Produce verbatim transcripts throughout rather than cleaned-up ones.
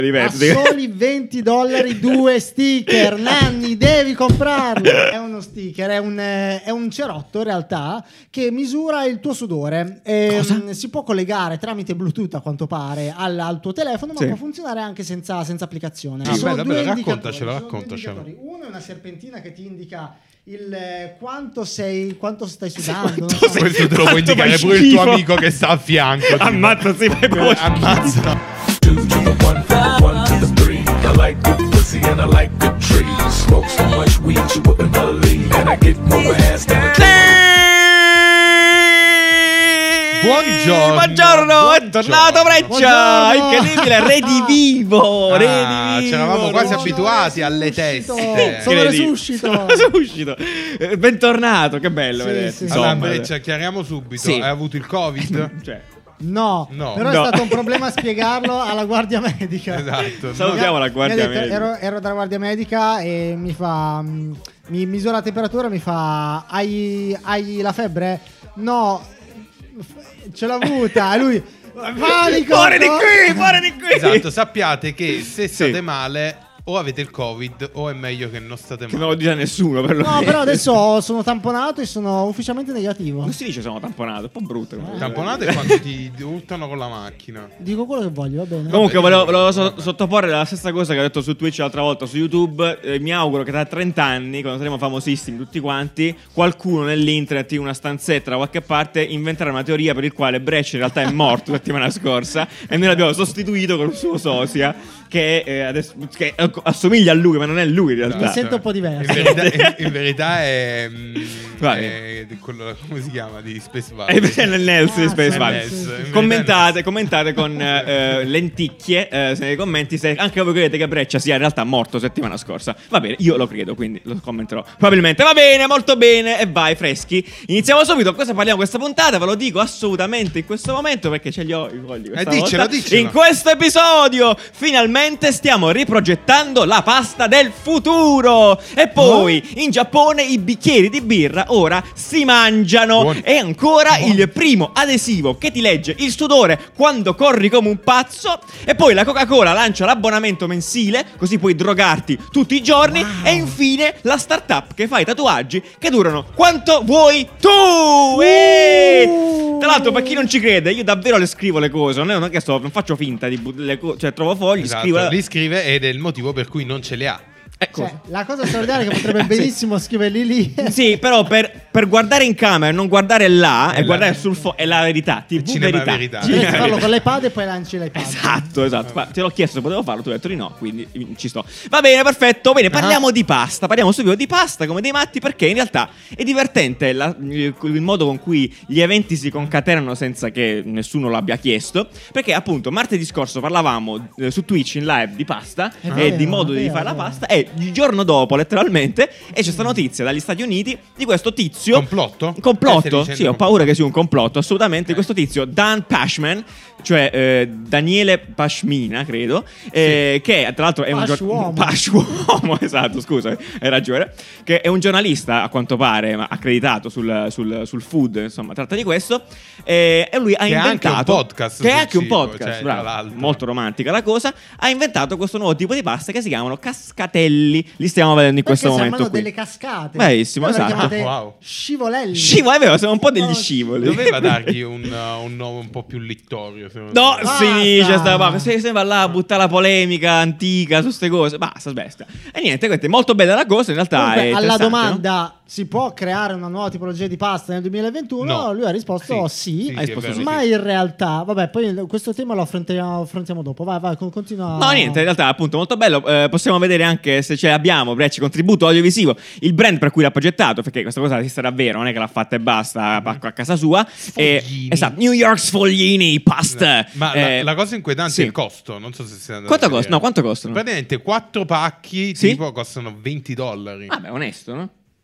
A soli venti dollari due sticker. Nanni, devi comprarlo. È uno sticker, è un, è un cerotto in realtà che misura il tuo sudore. E, Cosa? si può collegare tramite Bluetooth a quanto pare al, al tuo telefono, ma Sì. può funzionare anche senza, senza applicazione. Sì, Ci sono beh, due davvero, indicatori, raccontacelo, ci sono due raccontacelo. indicatori. Uno è una serpentina che ti indica il eh, quanto sei, quanto stai sudando. non Quanto so. sei- Questo te lo può Quanto indicare fai pure il tuo schifo. amico che sta a fianco. tipo. Ammazza, sì, vai proprio Ammazza. Two to the one, one to the three. I like good pussy and I like good trees. Smoke so much weed you wouldn't believe, and I get more ass than a Buongiorno. Buongiorno, è tornato Breccia. Buongiorno. Incredibile, redivivo, Ah, redivivo. c'eravamo quasi Sono abituati alle resuscito. teste. Sono Credi- resuscito. Sono resuscito. Eh, Bentornato, che bello Sì, vedere. sì. Allora, Insomma, Breccia, chiariamo subito. Sì. Hai avuto il Covid? cioè, No, No. però No. è stato un problema spiegarlo alla guardia medica. Esatto. salutiamo la Mi ha guardia detto- medica. ero, ero dalla guardia medica e mi fa mm, mi misura la temperatura, mi fa hai, hai la febbre? No, f- ce l'ho avuta. E lui panico. Fuori di no? qui, fuori di qui. Esatto, sappiate che se Sì. state male o avete il Covid o è meglio che non state Che non lo male. dice a nessuno, per lo No, però adesso sono tamponato e sono ufficialmente negativo. Non si dice sono tamponato, un po' brutto. come- Tamponate è quando ti urtano con la macchina. Dico quello che voglio, va bene. Comunque volevo, volevo so- sottoporre la stessa cosa che ho detto su Twitch l'altra volta su YouTube. Eh, mi auguro che tra trenta anni, quando saremo famosissimi tutti quanti, qualcuno nell'internet, in una stanzetta da qualche parte, inventerà una teoria per il quale Breccia in realtà è morto la settimana scorsa e noi l'abbiamo sostituito con il suo sosia che, eh, adesso, che eh, assomiglia a lui, ma non è lui in realtà. Mi sento un po' diverso. In verità, in, in verità è, mm, Vai. è di quello, come si chiama? Di Space Eh, Valley. nel Nels di Ah, Space sì, Valley. sì, sì, sì. Commentate, commentate con eh, eh, lenticchie eh, se nei commenti se anche voi credete che Breccia sia in realtà morto settimana scorsa. Va bene, io lo credo, quindi lo commenterò probabilmente. Va bene, molto bene, e vai freschi. Iniziamo subito. Cosa parliamo questa puntata? Ve lo dico assolutamente in questo momento perché ce li ho i fogli questa Eh, diccelo, volta. diccelo. In questo episodio finalmente stiamo riprogettando la pasta del futuro. E poi in Giappone i bicchieri di birra ora si mangiano. Buoni. E ancora il primo adesivo che ti legge il sudore quando corri come un pazzo. E poi la Coca-Cola lancia l'abbonamento mensile, così puoi drogarti tutti i giorni. E infine la startup che fa i tatuaggi che durano quanto vuoi tu. E... Tra l'altro, per chi non ci crede, io davvero le scrivo le cose. Non è che sto, non faccio finta di but- le co- cioè trovo fogli, Esatto, scrivo. li scrive ed è il motivo per cui non ce le ha. Ecco. Cioè, la cosa straordinaria è che potrebbe benissimo scriverli lì. Sì, però per, per guardare in camera e non guardare là È e la- guardare sul fo- è la verità. T V Cinema verità. verità. Ci devi farlo con l'iPad e poi lanci l'iPad. Esatto, esatto. Ma te l'ho chiesto se potevo farlo, tu hai detto di no, quindi ci sto. Va bene, perfetto. Bene, parliamo Ah. di pasta. Parliamo subito di pasta come dei matti perché in realtà è divertente la- il, il modo con cui gli eventi si concatenano senza che nessuno l'abbia chiesto. Perché appunto martedì scorso parlavamo eh, su Twitch in live di pasta È e vero, di modo è di vero, fare è la vero. pasta e il giorno dopo letteralmente e c'è questa notizia dagli Stati Uniti di questo tizio. Complotto? Eh, stai Complotto? dicendo Sì, ho complotto. paura che sia un complotto, assolutamente. Questo tizio, Dan Pashman, cioè eh, Daniele Pashmina, credo, eh, che tra l'altro è un Pashuomo. Pashuomo, esatto, scusa, hai ragione. Che è un giornalista, a quanto pare, ma accreditato sul, sul, sul food, insomma, tratta di questo. eh, e lui ha Che ha anche inventato. un podcast Che è sul anche un cibo, podcast, cioè, bravo, tra l'altro. molto romantica la cosa. Ha inventato questo nuovo tipo di pasta che si chiamano cascatelli. Li stiamo vedendo in questo Perché momento sembrano qui. delle cascate. Bravissimo, Voi le esatto. chiamate Wow. Scivolelli. Scivolo, è vero, siamo un po' degli Oh, scivoli. Doveva dargli un, uh, un nome un po' più littorio. secondo No, me. Basta. si dice, sta, ma se sembra là a buttare la polemica antica su queste cose. Basta, bestia. E niente, questa è molto bella la cosa. In realtà Comunque, è alla interessante, domanda si può creare una nuova tipologia di pasta nel duemilaventuno? No. Lui ha risposto sì, Sì, sì, Ha sì, risposto è vero, sì. ma in realtà, vabbè, poi questo tema lo affrontiamo, affrontiamo dopo. Vai, vai, con- continua. No, niente, in realtà appunto molto bello. Eh, possiamo vedere anche se ce abbiamo, Brecci, contributo audiovisivo, il brand per cui l'ha progettato, perché questa cosa esiste davvero, non è che l'ha fatta e basta a, a casa sua. E, Sfoglini. esatto, New York Sfoglini, pasta. Ma Eh, la, la cosa inquietante sì. è il costo. Non so se siete andati Quanto a costa? vedere. No, quanto costano? Praticamente quattro pacchi Sì? tipo costano venti dollari. Vabbè, onesto, no?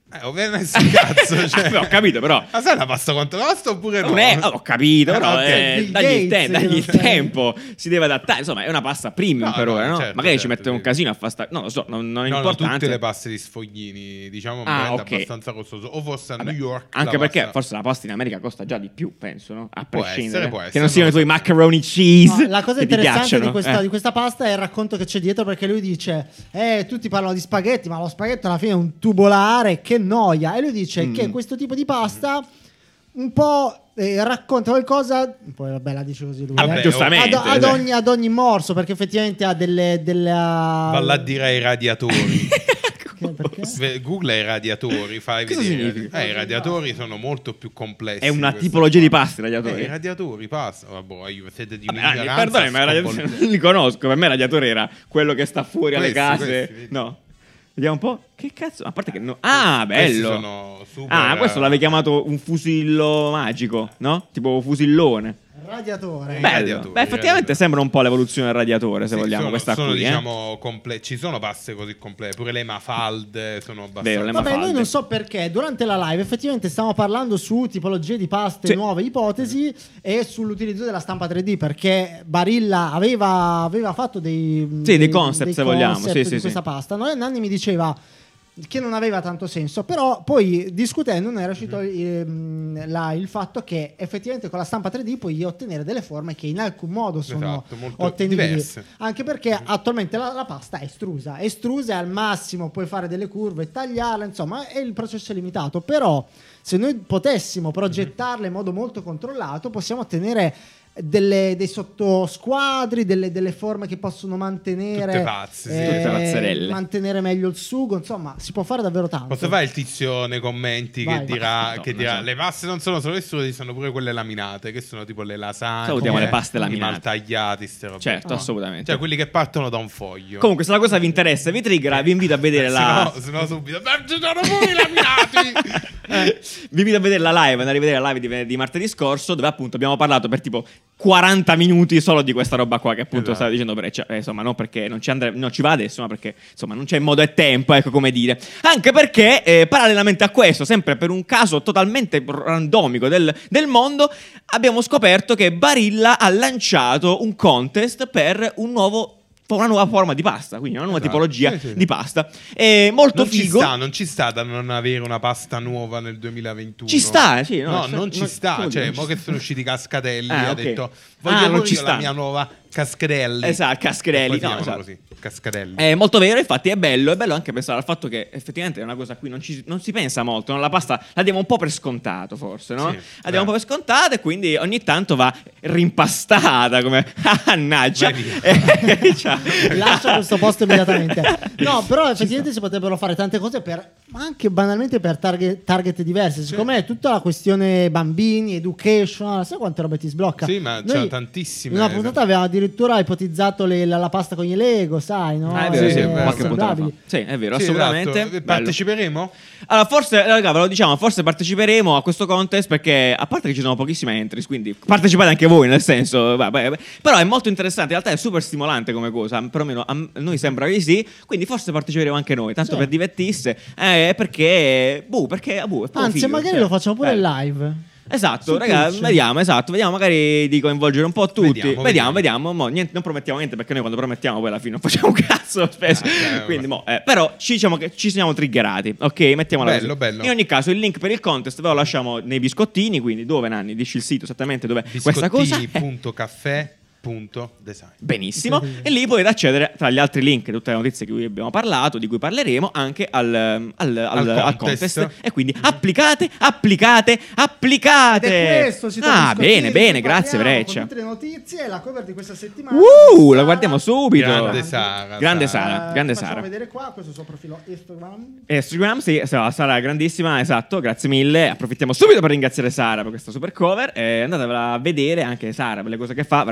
Eh, ovviamente sti cazzo, cioè. Beh, ho capito, però. Ma sai la pasta quanto costa oppure no? Non è, ho capito, però ok. eh, Bill dagli il, Gates, te- dagli il non so. tempo, si deve adattare. Insomma, è una pasta premium No, per no, ora, no? certo, Magari ci certo, mettono un sì. casino a fare sta... Non lo so, non, non è No, no, importante. tutte le paste di sfoglini, diciamo, un Ah, brand ok. abbastanza costoso. O forse a Vabbè, New York. anche la perché pasta- forse la pasta in America costa già di più, penso, no? A Può prescindere. essere, può che essere, non siano i non tuoi lo so. macaroni cheese. No, la cosa che ti interessante piacciono, di questa, eh. di questa pasta è il racconto che c'è dietro, perché lui dice eh tutti parlano di spaghetti, ma lo spaghetto alla fine è un tubolare, che noia. E lui dice Mm. che questo tipo di pasta un po' eh, racconta qualcosa, poi vabbè la dice così lui, Vabbè, eh. giustamente. ad, ad cioè. ogni, ad ogni morso, perché effettivamente ha delle, delle Va là a dire ai radiatori. Che- perché? Sve- Google ai radiatori, fai Cosa vedere. significa? Eh, i radiatori sono molto più complessi. È una di questa tipologia di qua. pasta, i radiatori. Eh, i radiatori, pasta. Vabbè, io siete di Vabbè, un'ignoranza perdone, ma i radiatori sconvolgente. non li conosco. Per me il radiatore era quello che sta fuori alle Questi, case. questi, vedi. No. Vediamo un po'. Che cazzo? A parte che no. Ah, Questi bello. sono super- Ah, questo l'avevi chiamato un fusillo magico, no? Tipo fusillone. Radiatore. Eh, Bello. radiatori, Beh, effettivamente radiatori. sembra un po' l'evoluzione del radiatore, se Sì, vogliamo, sono, questa sono, qui, eh. diciamo, comple- ci sono paste così complete. Pure le mafalde sono abbastanza. Vero, le Vabbè, mafalde. noi non so perché durante la live effettivamente stiamo parlando su tipologie di paste, Sì. nuove ipotesi, e sull'utilizzo della stampa tre D, perché Barilla aveva, aveva fatto dei, Sì, dei concept, se vogliamo. concept Sì, di sì, questa sì. pasta. No? E Nanni mi diceva che non aveva tanto senso, però poi discutendo ne era uscito ehm, la- il fatto che effettivamente con la stampa tre D puoi ottenere delle forme che in alcun modo sono Esatto, molto ottenibili, diverse. anche perché attualmente la, la pasta è estrusa, estrusa e al massimo puoi fare delle curve e tagliarla, insomma, e il processo è limitato. Però se noi potessimo progettarla in modo molto controllato, possiamo ottenere delle, dei sottosquadri, delle, delle forme che possono mantenere Tutte pazze, sì. Tutte pazzerelle. mantenere meglio il sugo, insomma si può fare davvero tanto. Posso fare il tizio nei commenti Vai. che dirà, Madonna, che dirà cioè. le paste non sono solo estruse, sono pure quelle laminate, che sono tipo le lasagne, Salutiamo le paste i laminate. maltagliati, ste robe. Certo, Ah. assolutamente. Cioè quelli che partono da un foglio. Comunque, se la cosa vi interessa e vi triggera, vi invito a vedere la. Se no, se no subito. Ma ci sono pure i laminati! Eh, vi invito a vedere la live, andare a vedere la live di venerdì martedì scorso, dove appunto abbiamo parlato per tipo quaranta minuti solo di questa roba qua che appunto Esatto. stava dicendo Breccia. Eh, insomma, non perché non ci, andre- non ci va adesso, ma perché insomma non c'è modo e tempo, ecco come dire. Anche perché eh, parallelamente a questo, sempre per un caso totalmente randomico del, del mondo, abbiamo scoperto che Barilla ha lanciato un contest per un nuovo una nuova forma di pasta, quindi una nuova Esatto, tipologia sì, sì. di pasta. È molto Non ci figo. sta, non ci sta da non avere una pasta nuova nel duemilaventuno. Ci sta, sì, no, No, cioè, non ci non- sta. come Cioè, dire, non mo ci che sono usciti i cascatelli, Ah, ha ok. detto Ah, voglio non pure ci io sta. la mia nuova cascherelli. Esatto, cascherelli, E poi si no, chiamano esatto. così, cascarelli. È molto vero, infatti è bello, è bello anche pensare al fatto che effettivamente è una cosa a cui non, ci- non si pensa molto, no? La pasta la diamo un po' per scontato forse, no? Sì, la diamo un beh. po' per scontata e quindi ogni tanto va rimpastata come annaggia. Vai via. Eh, ciao. Lascia questo posto immediatamente. No, però effettivamente si potrebbero fare tante cose per, ma anche banalmente per target, target diverse. Secondo me è tutta la questione bambini, education, sai quante robe ti sblocca? Sì, ma Noi c'è tantissime. in una puntata avevamo addirittura ipotizzato le- la, la pasta con i Lego, sai, no? Ah, è vero, sì, sì, è vero. qualche puntata fa. assemblabili. Sì, è vero, Sì, assolutamente. esatto. Bello. Parteciperemo? Allora, forse, raga, ve lo diciamo, forse parteciperemo a questo contest perché, a parte che ci sono pochissime entries, quindi partecipate anche voi, nel senso, vabbè, vabbè. Però è molto interessante, in realtà è super stimolante come cosa, perlomeno a m- noi sembra di sì, quindi forse parteciperemo anche noi, tanto Sì. per divertirsi, eh, perché, boh, perché, boh, è proprio Anzi, figo, magari cioè, lo facciamo pure bello. live. Esatto, Su raga, Twitch. vediamo, esatto, vediamo magari di coinvolgere un po' tutti. Vediamo, Vediamo, vediamo. vediamo, mo, niente, non promettiamo niente perché noi quando promettiamo poi alla fine non facciamo un cazzo spesso. Ah, eh, Quindi, mo, eh, però ci diciamo che ci siamo triggerati, ok? Mettiamola Bello, così. bello. In ogni caso, il link per il contest ve lo lasciamo nei biscottini. Quindi, dove Nanni? Dici il sito esattamente dove questa cosa. Biscottini.caffè punto design. Benissimo, e lì potete accedere tra gli altri link, tutte le notizie di cui abbiamo parlato, di cui parleremo, anche al, al, al- Al al contest. contest. E quindi applicate, applicate, applicate. Ed è questo, sito ah, Biscottini, bene, di bene, cui grazie parliamo, Breccia. Con tutte le notizie e la cover di questa settimana. Uh, Sara. la guardiamo subito. Grande Sara. Grande Sara. Sara, Eh, grande facciamo Sara. vedere qua, questo è il suo profilo Instagram. Instagram, sì, Sara, Sara grandissima, esatto, grazie mille. Approfittiamo subito per ringraziare Sara per questa super cover. E andatevela a vedere anche Sara per le cose che fa, veramente figa.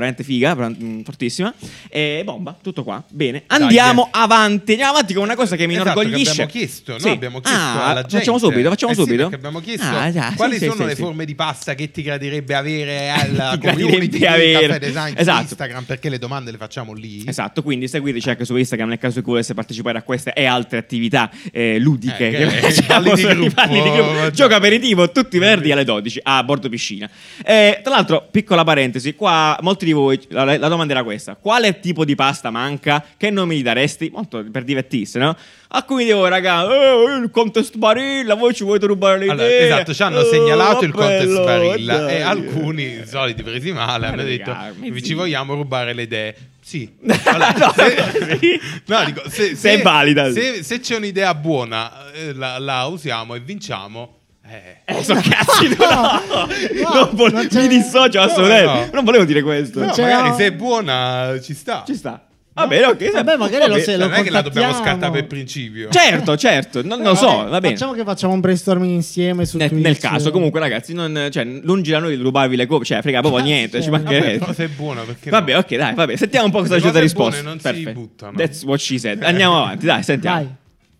figa, mm, fortissima. E bomba, tutto qua. Bene. Andiamo Dai, avanti. Andiamo avanti con una cosa che mi Esatto, inorgoglisce. che abbiamo chiesto, Sì. noi abbiamo chiesto Ah, alla gente. facciamo subito, facciamo Eh sì, subito. perché abbiamo chiesto Ah, già, sì, quali sì, sono sì, le sì. forme di pasta che ti gradirebbe avere alla Ti community di gradirebbe avere. Caffè Design Esatto. su Instagram, perché le domande le facciamo lì. Esatto, quindi seguiteci anche su Instagram nel caso in cui volesse partecipare a queste e altre attività eh, ludiche Eh, che che- facciamo balli di sui gruppo. balli di gruppo. Gioco aperitivo tutti i venerdì alle dodici a bordo piscina. Eh, tra l'altro, piccola parentesi, qua molti di voi, la, la domanda era questa: quale tipo di pasta manca? Che nomi gli daresti? Molto per divertirsi, no? Alcuni di voi, raga, eh, il contest Barilla, voi ci volete rubare le Allora, idee. esatto, ci hanno Oh, segnalato il contest bello, Barilla dai. e alcuni soliti presi male hanno detto Raga, vi ci sì. vogliamo rubare le idee. Sì. Allora, No, se, sì. no, dico, se, Se è valida. Se, se c'è un'idea buona, eh, la, la usiamo e vinciamo. Eh. Eh, so cazzi, no, No, no, non vol- non c'è- mi dissocio assolutamente. no. Non volevo dire questo. No, c'è- magari no. se è buona ci sta. Ci sta. Va bene, ok. Vabbè, magari lo, se lo non è che la dobbiamo contattiamo. scattare per principio. Certo, certo, non lo so, va bene. Facciamo che facciamo un brainstorming insieme su Nel, Twitch. nel caso, comunque, ragazzi, non, cioè, lungi da noi di rubarvi le copie, cioè, frega proprio niente. Ci Vabbè, Vabbè, mancherebbe. però se è buona perché Vabbè, no? ok, dai, vabbè. Sentiamo un po' cosa Le c'è da cose buone risposta. non si Perfetto. buttano. That's what she said. Andiamo avanti, dai, sentiamo. Vai.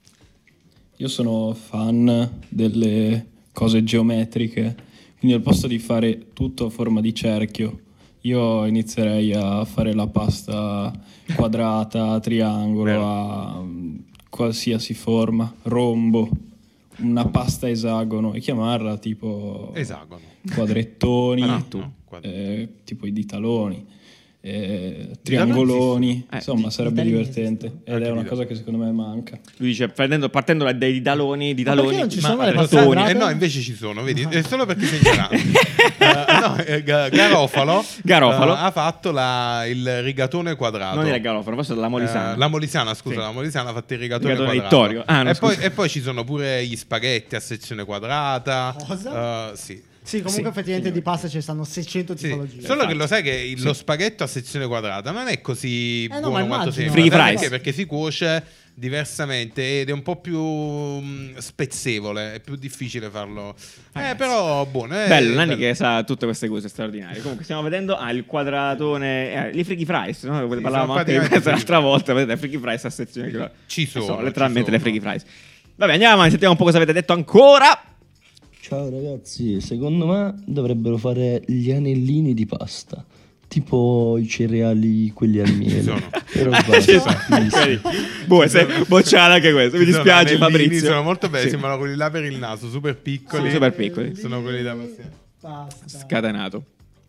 Io sono fan delle cose geometriche, quindi al posto di fare tutto a forma di cerchio, io inizierei a fare la pasta quadrata, triangolo, Vero. a mm, qualsiasi forma, rombo, una pasta esagono e chiamarla tipo Esagono. quadrettoni, Ah, no, tu. No, quad- eh, tipo i ditaloni, eh, triangoloni, Eh, insomma sarebbe ditaloni divertente esistono. ed Anche è una di- cosa che secondo me manca. Lui dice, partendo, partendo da- dai taloni, di Ma perché taloni. non ci ma- sono le ma- paste Lo sai- quadrate? eh no, invece ci sono, vedi? È solo perché sei ignorante. Eh, no, eh, Ga- Garofalo, Garofalo. eh, ha fatto la- il rigatone quadrato. Non era il Garofano, forse la Molisana. Eh, la Molisana, scusa, Sì. la Molisana ha fatto il rigatone, Rigatone quadrato. Vittorio. Ah, no, e, scusa. poi, e poi ci sono pure gli spaghetti a sezione quadrata. Cosa? Eh, sì. Sì, comunque Sì. effettivamente di pasta ci stanno seicento Sì, tipologie. solo che lo sai che il- lo spaghetto a sezione quadrata non è così Eh no, buono ma quanto immagino. sembra. Free Sai fries. Perché? Perché si cuoce diversamente ed è un po' più mh, spezzevole, è più difficile farlo. Eh, però buono. È Bello, Nanni bello. che sa tutte queste cose straordinarie. Comunque stiamo vedendo ah, il quadratone, eh, i freaky fries, no? Sì, Parlavamo sono anche di praticamente questo freaky l'altra volta, vedete, freaky fries a sezione che Ci sono, sono ci letteralmente le sono. freaky fries. Vabbè, andiamo avanti, sentiamo un po' cosa avete detto ancora. Ciao ragazzi, secondo me dovrebbero fare gli anellini di pasta, tipo i cereali quelli al miele. sono. Però Ci basta, sono. finisce. Boh, sei bocciata anche questo. Mi Ci sono dispiace, anellini, Fabrizio. Sono molto belli, Sì. sembrano quelli là per il naso, super piccoli. Sì, super piccoli. Sono quelli da passione. Basta. Scatenato.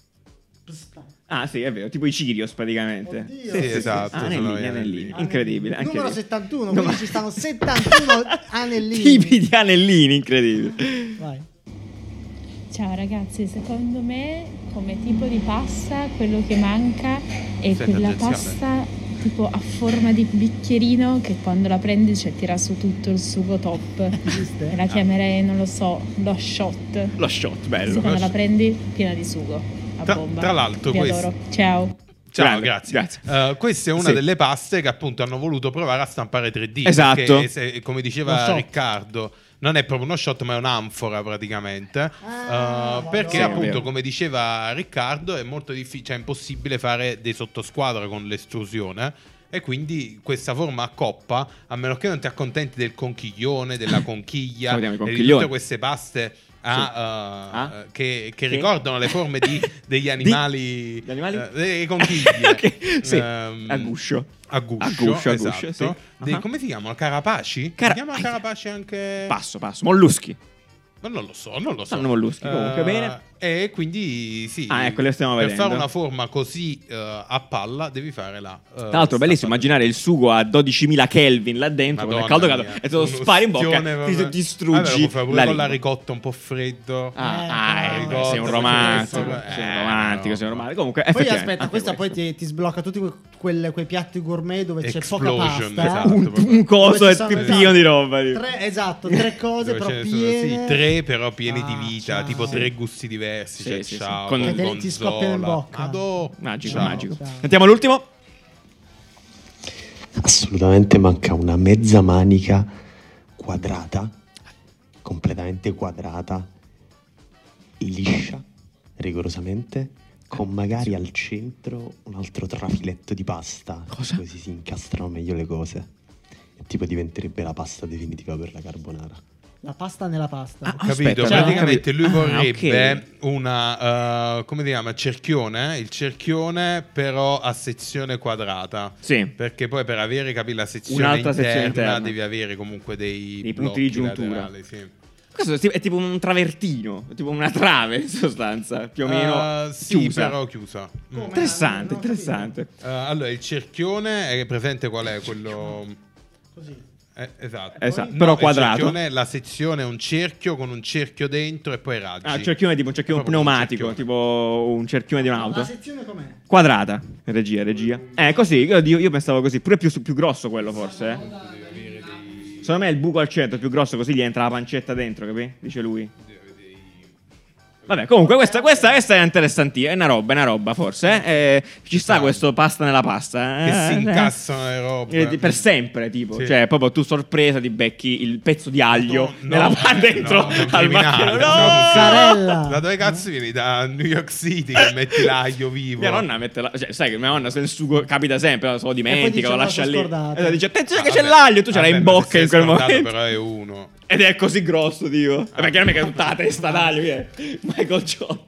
Basta. Ah, sì, è vero, tipo i Cirios praticamente. Oddio. Sì, esatto, Ah, sono anellini, gli anellini. anellini. Incredibile. Anche Numero lì. settantuno, quindi ci stanno settantuno anellini. Tipi di anellini, incredibile. Vai. Ciao ragazzi, secondo me come tipo di pasta quello che manca è Sei quella tangenziale. pasta tipo a forma di bicchierino che quando la prendi cioè, tira su tutto il sugo top. Esiste? E la chiamerei, non lo so, lo shot. Lo shot, Sì, bello. quando la prendi piena di sugo. A Tra- bomba. tra l'altro Vi questo- adoro. Ciao. Ciao, Grande, grazie. grazie. Eh, questa è una Sì. delle paste che appunto hanno voluto provare a stampare tre D. Esatto. Perché, se- come Uno diceva shot. Riccardo, non è proprio uno shot, ma è un'anfora praticamente. Ah, Eh, perché Sì, è appunto, vero. come diceva Riccardo, è molto difficile, cioè è impossibile fare dei sottosquadra con l'estrusione. E quindi questa forma a coppa, a meno che non ti accontenti del conchiglione, della conchiglia, Salutiamo i e di conchiglioni. tutte queste paste a, Sì. eh, Ah? che, che Che? ricordano le forme di- degli animali, Gli animali? eh, delle conchiglie. Ok, sì. Ehm, A guscio. A guscio, A guscio, a esatto. guscio, sì. Dei- Ah. come si chiamano? Carapaci? Cara- si chiamano Aia. carapaci anche... Passo, passo. Molluschi. Ma non lo so, non lo so. Stanno molluschi, comunque, Eh, bene. E quindi sì. Ah, ecco, le stiamo per vedendo. fare una forma così eh, a palla devi fare la... eh, Tra l'altro, bellissimo immaginare il sugo a dodicimila Kelvin là dentro, con il caldo caldo, e te lo spari in bocca, ti, ti distruggi Vabbè, lo puoi fare pure la con la lingua. ricotta un po' freddo. Ah, Eh, ah, eh, eh, ricotta, sei un perché romantico, questo- sei un eh, romantico, no. sei un romantico. Comunque, Poi effettivamente, aspetta, anche questa poi questo. ti, ti sblocca tutti que- quelle- quei piatti gourmet dove c'è poca Explosion, pasta. esatto. un, proprio. un coso Dove e ci sono- pieno esatto. di roba. tipo. Tre, esatto, tre cose Dove però ce ne sono, piene. sì, tre però pieni di Ah, vita, ciao. tipo tre gusti diversi. Sì, Cioè, sì, sì. ciao, Con- con, Che te- ti scoppiano in gonzola. bocca. Madò. Magico, Ciao. magico. Ciao. Sentiamo l'ultimo. Assolutamente manca una mezza manica quadrata, completamente quadrata, liscia, rigorosamente, con magari al centro un altro trafiletto di pasta. Cosa? Così si incastrano meglio le cose. E tipo diventerebbe la pasta definitiva per la carbonara. La pasta nella pasta. Ah, Capito? Aspetta, Praticamente lui ah, vorrebbe ok. una, uh, come si chiama, cerchione, il cerchione però a sezione quadrata. Sì. Perché poi per avere, capi, la sezione Un'altra interna, sezione interna. devi avere comunque dei, Dei punti di blocchi giuntura. laterali, sì. Questo è tipo- è tipo un travertino, è tipo una trave in sostanza, più o meno Uh, sì, chiusa. però chiusa. Mm. Interessante, Non ho capito. interessante. Uh, allora, il cerchione è presente qual è? Quello... Così. Eh, esatto. Esatto, No, però il quadrato. cerchione, la sezione è un cerchio con un cerchio dentro e poi raggi. Ah, il cerchione è tipo un cerchione È proprio un pneumatico, cerchione. tipo un cerchione di La un'auto. sezione com'è? Quadrata, regia, regia. Eh, così, io, io pensavo così, pure più, più grosso quello forse, eh. Secondo me il buco al centro è più grosso, così gli entra la pancetta dentro, capi? Dice lui. Vabbè, comunque questa, questa, questa è interessante, è una roba, è una roba forse, eh? Eh, ci sta questo pasta nella pasta. Che eh, si eh. incassano le robe. Eh, di- per sempre, tipo, Sì. cioè, proprio tu sorpresa ti becchi il pezzo di aglio No, nella no, pa- dentro no, non al criminale, macchino. no, No! Mozzarella. Da dove cazzo vieni? Da New York City che metti l'aglio vivo. Mia nonna mette la, cioè, sai che mia nonna se il sugo capita sempre, se lo dice, dimentica, lo "Me lo lascia sono lì. scordato." Esatto, dice attenzione Ah, che c'è vabbè. l'aglio, tu ce l'hai Vabbè, in ma bocca se in sei quel scordato, momento. però è uno. Ed è così grosso, tipo. Vabbè, chiaramente che è tutta la testa d'aglio, che è Michael Jordan.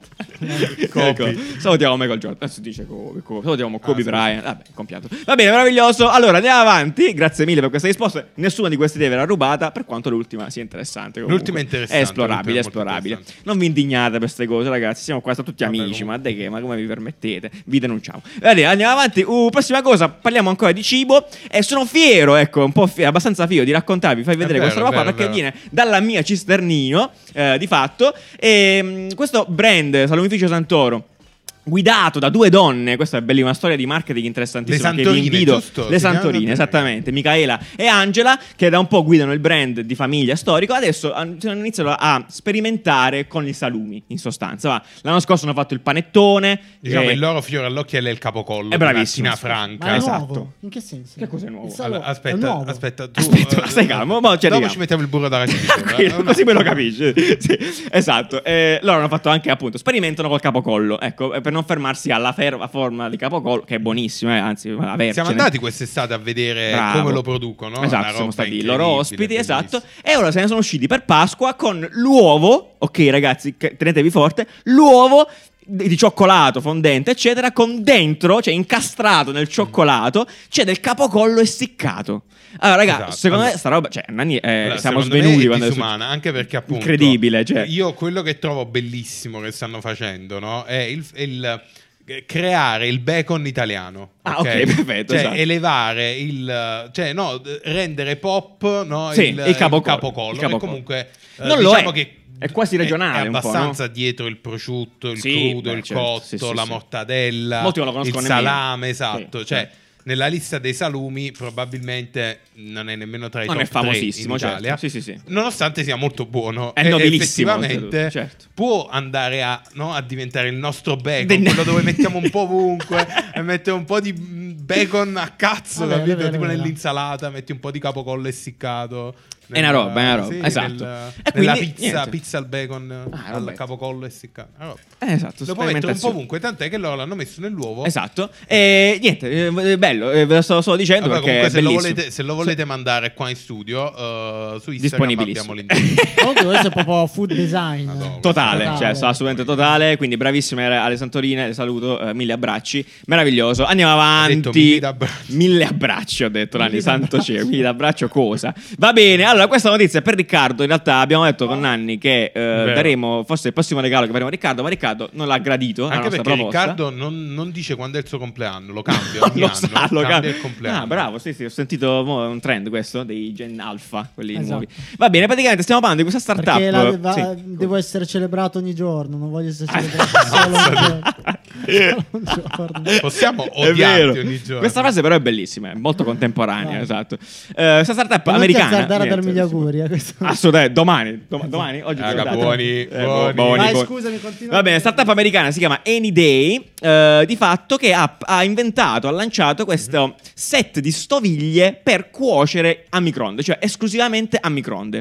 Kobe. Ecco, salutiamo Michael Jordan. Adesso dice Kobe, Kobe. Salutiamo Kobe Ah, sì, Bryant. Vabbè, compianto. Va bene, meraviglioso. Allora, andiamo avanti. Grazie mille per queste risposte. Nessuna di queste idee verrà rubata, per quanto l'ultima sia interessante. comunque. L'ultima è interessante, È esplorabile, è l'ultima è molto esplorabile. interessante. Non vi indignate per queste cose, ragazzi. Siamo qua, siamo tutti Vabbè, amici. comunque. Ma dai che, ma come vi permettete? Vi denunciamo. Bene, andiamo avanti. Uh, prossima cosa, parliamo ancora di cibo. E sono fiero, ecco, un po' fi- abbastanza fiero di raccontarvi, fai vedere vero, questa roba è qua vero, perché è vero. viene dalla mia Cisternino, eh, di fatto. E mh, questo brand, Salumificio Santoro, guidato da due donne, questa è bellissima, una storia di marketing interessantissima. Le che vi Santorine, invido. giusto? Le Si chiamano Santorine, Santorine. esattamente, Micaela e Angela, che da un po' guidano il brand di famiglia storico. Adesso han- hanno iniziato a sperimentare con i salumi, in sostanza. Va. L'anno scorso hanno fatto il panettone. Diciamo, eh, il loro fiore all'occhiello è il capocollo. È bravissimo. Di Martina Franca. Ma è Esatto. nuovo? In che senso? Che cos'è nuovo? Il salò- Allora, è aspetta, nuovo. aspetta, tu, Aspetta, eh, stai calmo, mo ci dopo arriviamo. ci mettiamo il burro d'arachide. Tranquillo, eh, così me lo no. capisci. Sì, esatto. Eh, loro hanno fatto anche, appunto, sperimentano col capocollo. Ecco, eh, per non fermarsi alla fer- forma di capocollo, che è buonissima, eh, anzi, avercene. Siamo andati quest'estate a vedere Bravo. come lo producono. Esatto, Una siamo roba stati i incredibile, loro ospiti, bellissima. esatto. E ora se ne sono usciti per Pasqua con l'uovo. Ok, ragazzi, che- tenetevi forte. L'uovo di di cioccolato fondente, eccetera, con dentro, cioè incastrato nel cioccolato, c'è del capocollo essiccato. Allora, raga, Esatto. secondo Allora- me sta roba, cioè, Nanni, eh, Allora, siamo secondo me svenuti è quando è disumana, anche perché appunto incredibile, cioè. io quello che trovo bellissimo che stanno facendo, no, è il, è il eh, creare il bacon italiano. Ah, ok, perfetto, Cioè esatto. elevare il, cioè no, d- rendere pop, no, Sì, il, il capocollo, capocollo, il che capocollo. comunque eh, Non lo diciamo è. che È quasi regionale è, un po', abbastanza dietro il prosciutto, il Sì, crudo, beh, il certo, cotto, sì, sì, la sì. mortadella, Molti non lo conoscono il nemmeno. salame, esatto, Sì, cioè sì. nella lista dei salumi probabilmente non è nemmeno tra i Non top è famosissimo, tre in Italia, certo. Sì, sì, sì. nonostante sia molto buono. È e nobilissimo, effettivamente certo. può andare a, no, a diventare il nostro bacon, De- quello dove mettiamo un po' ovunque e mettiamo un po' di mm, bacon a cazzo, Vabbè, capito? è vero, Tipo è vero. nell'insalata metti un po' di capocollo essiccato. È una roba, è una roba, sì, esatto. nel- E nella quindi, pizza, niente. pizza al bacon Ah, al vabbè. capocollo essiccato. Una roba. Eh, esatto, Lo puoi mettere un po' sperimentazione. ovunque, tant'è che loro l'hanno messo nell'uovo. Esatto. E niente, eh, bello, eh, ve lo sto, sto dicendo Vabbè, perché comunque è se lo, bellissimo. volete, se lo volete mandare qua in studio, uh, su Instagram Disponibilissimo. abbiamo l'indirizzo. Comunque questo è proprio food design. Madonna. Totale, Totale. cioè assolutamente totale. Quindi bravissime alle Santorine, le saluto, eh, mille abbracci, meraviglioso. Andiamo avanti. detto mille abbracci. Mille abbracci, ho detto Nanni, Mille santo abbracci. cielo, mille abbraccio cosa? Va bene, allora questa notizia è per Riccardo. In realtà abbiamo detto con Nanni che eh, Vero. daremo forse il prossimo regalo che faremo a Riccardo, ma Riccardo non l'ha gradito la Anche nostra perché proposta. Riccardo non, non dice quando è il suo compleanno, lo cambia. Non ogni lo anno, sa, lo cambia cambia. il compleanno. Ah, bravo, sì, sì, ho sentito mo, un trend questo dei Gen Alpha, quelli Esatto. nuovi. Va bene, praticamente stiamo parlando di questa startup. Perché la- va- Sì. devo essere celebrato ogni giorno, non voglio essere Ah, celebrato solo un giorno. Solo un giorno. Possiamo È odiarti vero. ogni giorno. Questa frase però è bellissima, è molto contemporanea, Vai. esatto. Eh, questa startup Non ti americana. azzardare a niente, darmi gli auguri. eh, questo. Assolutamente, domani, dom- domani, oggi Raga, che data? buoni, Eh, buoni. buoni. Vai, scusami, continua. Va bene, startup americana si chiama Anyday, eh, di fatto che ha, ha inventato, ha lanciato questo set di stoviglie per cuocere a microonde, cioè esclusivamente a microonde.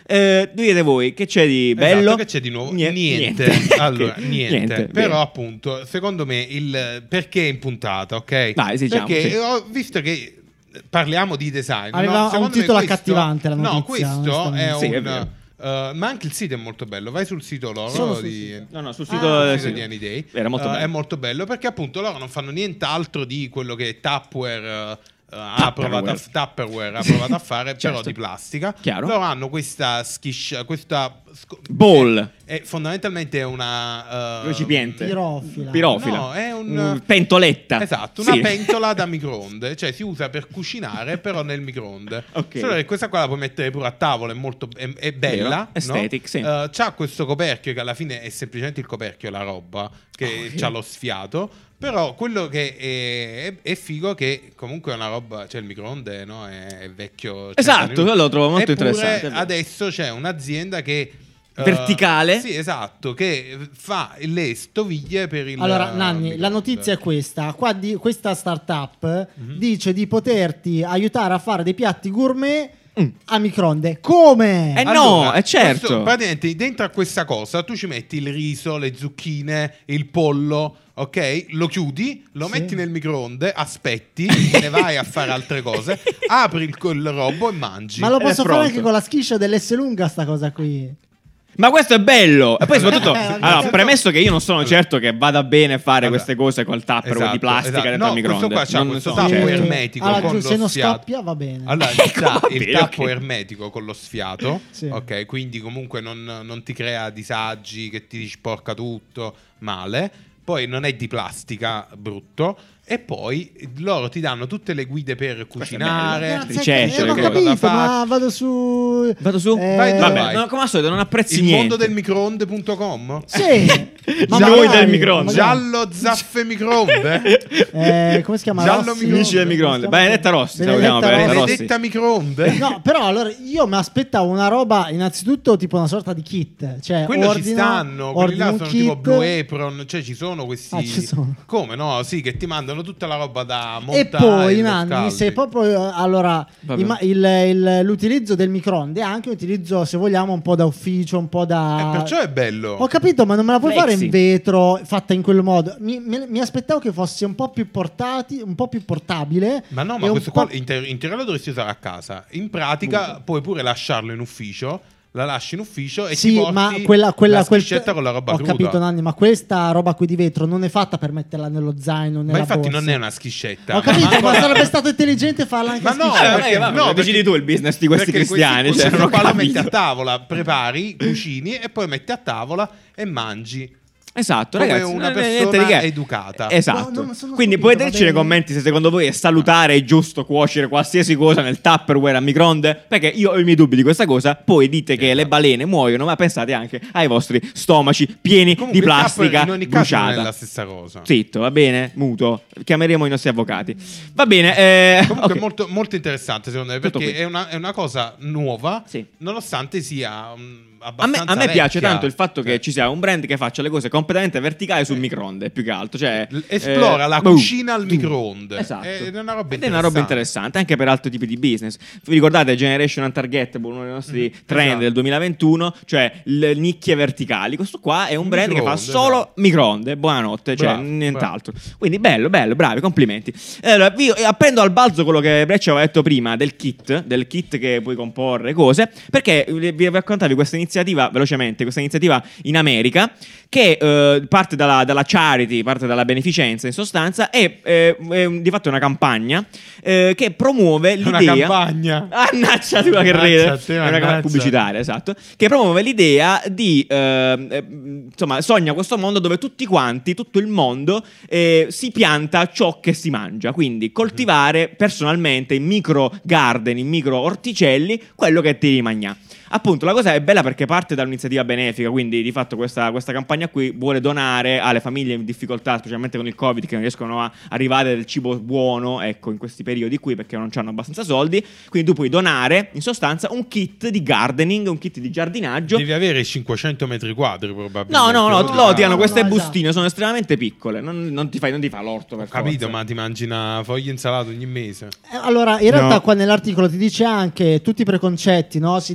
Eh, dite voi, che c'è di bello? Esatto, che c'è di nuovo? Nie- niente. niente. Allora, niente. Niente, Però bene. appunto, secondo me, il perché in puntata, ok? Vai, diciamo, perché sì. ho visto che parliamo di design. Aveva no? un Secondo me titolo questo- accattivante la No, notizia, questo è onestamente. Sì, è un... vero. Uh, ma anche il sito è molto bello. Vai sul sito loro Solo sul di, sito. No, no, sul Ah, sito, sul eh, sito sì. di Anyday. Era molto Uh, bello. È molto bello perché appunto loro non fanno nient'altro di quello che Tupperware uh, ha provato a, Tupperware. Tupperware ha provato a fare, però Certo. di plastica. Chiaro. Loro hanno questa schiscia, questa sco- Ball. È, è fondamentalmente una uh, Recipiente. Pirofila. Pirofila. No, è un Mm, pentoletta. Esatto, una Sì. pentola da microonde, cioè si usa per cucinare però nel microonde. Ok. Solo che questa qua la puoi mettere pure a tavola, è molto è, è bella, Vero, no? aesthetic, sì. Uh, c'ha questo coperchio che alla fine è semplicemente il coperchio, la roba che c'ha lo sfiato. Però quello che è, è, è figo che comunque è una roba, cioè il microonde, no? È, è vecchio. Esatto, cento anni. lo trovo molto Eppure interessante. adesso c'è un'azienda che uh, Verticale? sì, esatto, che fa le stoviglie per il Allora, Nanni, microonde. la notizia è questa. Qua di, questa startup dice di poterti aiutare a fare dei piatti gourmet a microonde. Come? Eh, no, è certo. questo, praticamente dentro a questa cosa tu ci metti il riso, le zucchine, il pollo, ok? Lo chiudi, lo Sì. metti nel microonde, aspetti, te ne vai a fare altre cose, apri il, il robo e mangi. Ma lo Ed è posso fare pronto. anche con la schiscia dell'S lunga sta cosa qui. Ma questo è bello. E poi soprattutto, Eh, allora, certo. premesso che io non sono certo che vada bene fare Allora, queste cose col tapper esatto, di plastica esatto. dentro No, il microonde. questo qua c'ha Non questo sono tappo certo. ermetico Allora, con giù, lo se non sfiato. scoppia va bene. Allora, c'ha Va il bene, tappo ok. ermetico con lo sfiato, Sì. ok? Quindi comunque non, non ti crea disagi, che ti sporca tutto male. Poi non è di plastica, brutto. E poi loro ti danno tutte le guide per cucinare. bello. Grazie, ricette, eh, le ho cose. capito, da fare. ma vado su. Vado su? Eh, Vai, dove Vabbè, vai? no, come al solito non apprezzi Il niente. mondo del microonde punto com? Sì. Ma Noi magari, del microonde. magari. Giallo zaffe microonde? Eh, come si chiama? Giallo Rossi? microonde. Amici del microonde. Benedetta Rossi, salutiamo, Benedetta Benedetta Rossi. Rossi. Benedetta microonde? No, però allora io mi aspettavo una roba, innanzitutto tipo una sorta di kit, cioè Quello ci ordino- stanno, quelli ordino là un sono kit. tipo Blue Apron, cioè ci sono questi. Ah, ci sono. Come no? Sì, che ti mandano tutta la roba da montare. E poi, lo Nanni, scaldi. se proprio allora Vabbè. ima- il- il- l'utilizzo del microonde è anche un utilizzo, se vogliamo, un po' da ufficio, un po' da. Eh, perciò è bello. Ho capito, ma non me la puoi Flexi. fare in vetro, fatta in quel modo. Mi, mi- mi aspettavo che fosse un po' più portati, un po' più portabile. Ma no, e ma un questo po'- qua in, te- in teoria lo dovresti usare a casa. In pratica puoi pure lasciarlo in ufficio. La lasci in ufficio e Sì, ti porti ma quella, quella la quel- schiscetta con la roba ho cruda. capito, Nanni, ma questa roba qui di vetro non è fatta per metterla nello zaino, nella Ma infatti borsa. non è una schiscetta. Ho capito, ma ancora- sarebbe stato intelligente farla anche Ma a no, schiscetta. Eh, perché- vabbè, no, vabbè, decidi perché- tu il business di questi perché cristiani. questi- Cioè, non ho questo qua lo metti capito. a tavola, prepari, cucini e poi metti a tavola e mangi. Esatto, Come ragazzi, una non è persona niente di che. educata. Esatto. No, no, ma sono Quindi stupito, potete va dirci nei bene. commenti se secondo voi è salutare e giusto cuocere qualsiasi cosa nel Tupperware a microonde, perché io ho i miei dubbi di questa cosa. Poi dite che le balene muoiono, ma pensate anche ai vostri stomaci pieni Comunque di il plastica Tupper in ogni caso non è bruciata. la stessa cosa. Zitto, va bene? Muto. Chiameremo i nostri avvocati. Va bene. eh, Comunque ok. è molto, molto interessante secondo me Tutto perché qui. è una, è una cosa nuova, Sì. nonostante sia um, A me, abbastanza a me piace vecchia. tanto il fatto che Cioè, ci sia un brand che faccia le cose completamente verticali sul microonde, più che altro. Cioè, l- esplora eh, la boom, cucina al boom. microonde. Esatto. Ed è una roba Ed è una roba interessante anche per altri tipi di business. Vi ricordate Generation Untargettable, uno dei nostri trend esatto. del duemilaventuno, cioè le nicchie verticali. Questo qua è un brand che fa Microonde, solo esatto. microonde. Buonanotte, cioè Bravo, nient'altro. Quindi bello, bello, bravi, complimenti. Allora, vi appendo al balzo quello che Breccia aveva detto prima del kit, del kit che puoi comporre cose, perché vi vi raccontavi questa iniziativa velocemente, questa iniziativa in America che eh, parte dalla, dalla charity, parte dalla beneficenza in sostanza e eh, è di fatto una campagna eh, che promuove Una l'idea campagna. Annaccia tu che Mannaggia ride. a te, È una campagna mannaggia. pubblicitaria, esatto, che promuove l'idea di eh, eh, insomma, sogna questo mondo dove tutti quanti, tutto il mondo eh, si pianta ciò che si mangia, quindi coltivare personalmente in micro garden, in micro orticelli quello che ti rimagna. Appunto, la cosa è bella perché parte da un'iniziativa benefica, quindi di fatto questa, questa campagna qui vuole donare alle famiglie in difficoltà, specialmente con il Covid, che non riescono a arrivare del cibo buono, ecco, in questi periodi qui perché non hanno abbastanza soldi. Quindi tu puoi donare, in sostanza, un kit di gardening, un kit di giardinaggio. Devi avere cinquecento metri quadri probabilmente. No, no, no, No, loro ti hanno no, queste no, bustine, esatto. sono estremamente piccole, non, non ti fai, non ti fa l'orto per Ho capito, forza. ma ti mangi una foglia insalata ogni mese. Eh, Allora, in realtà No. qua nell'articolo ti dice anche tutti i preconcetti, no? Si dice appunto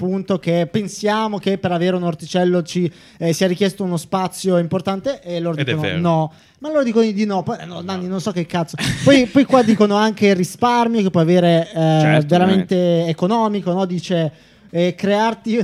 appunto che pensiamo che per avere un orticello ci eh, sia richiesto uno spazio importante e loro Ed è dicono vero. no. Ma loro dicono di no, poi, no, Nanni, non so che cazzo. Poi, poi qua dicono anche il risparmio che puoi avere eh, Certo, veramente ovviamente. economico, no? Dice eh, crearti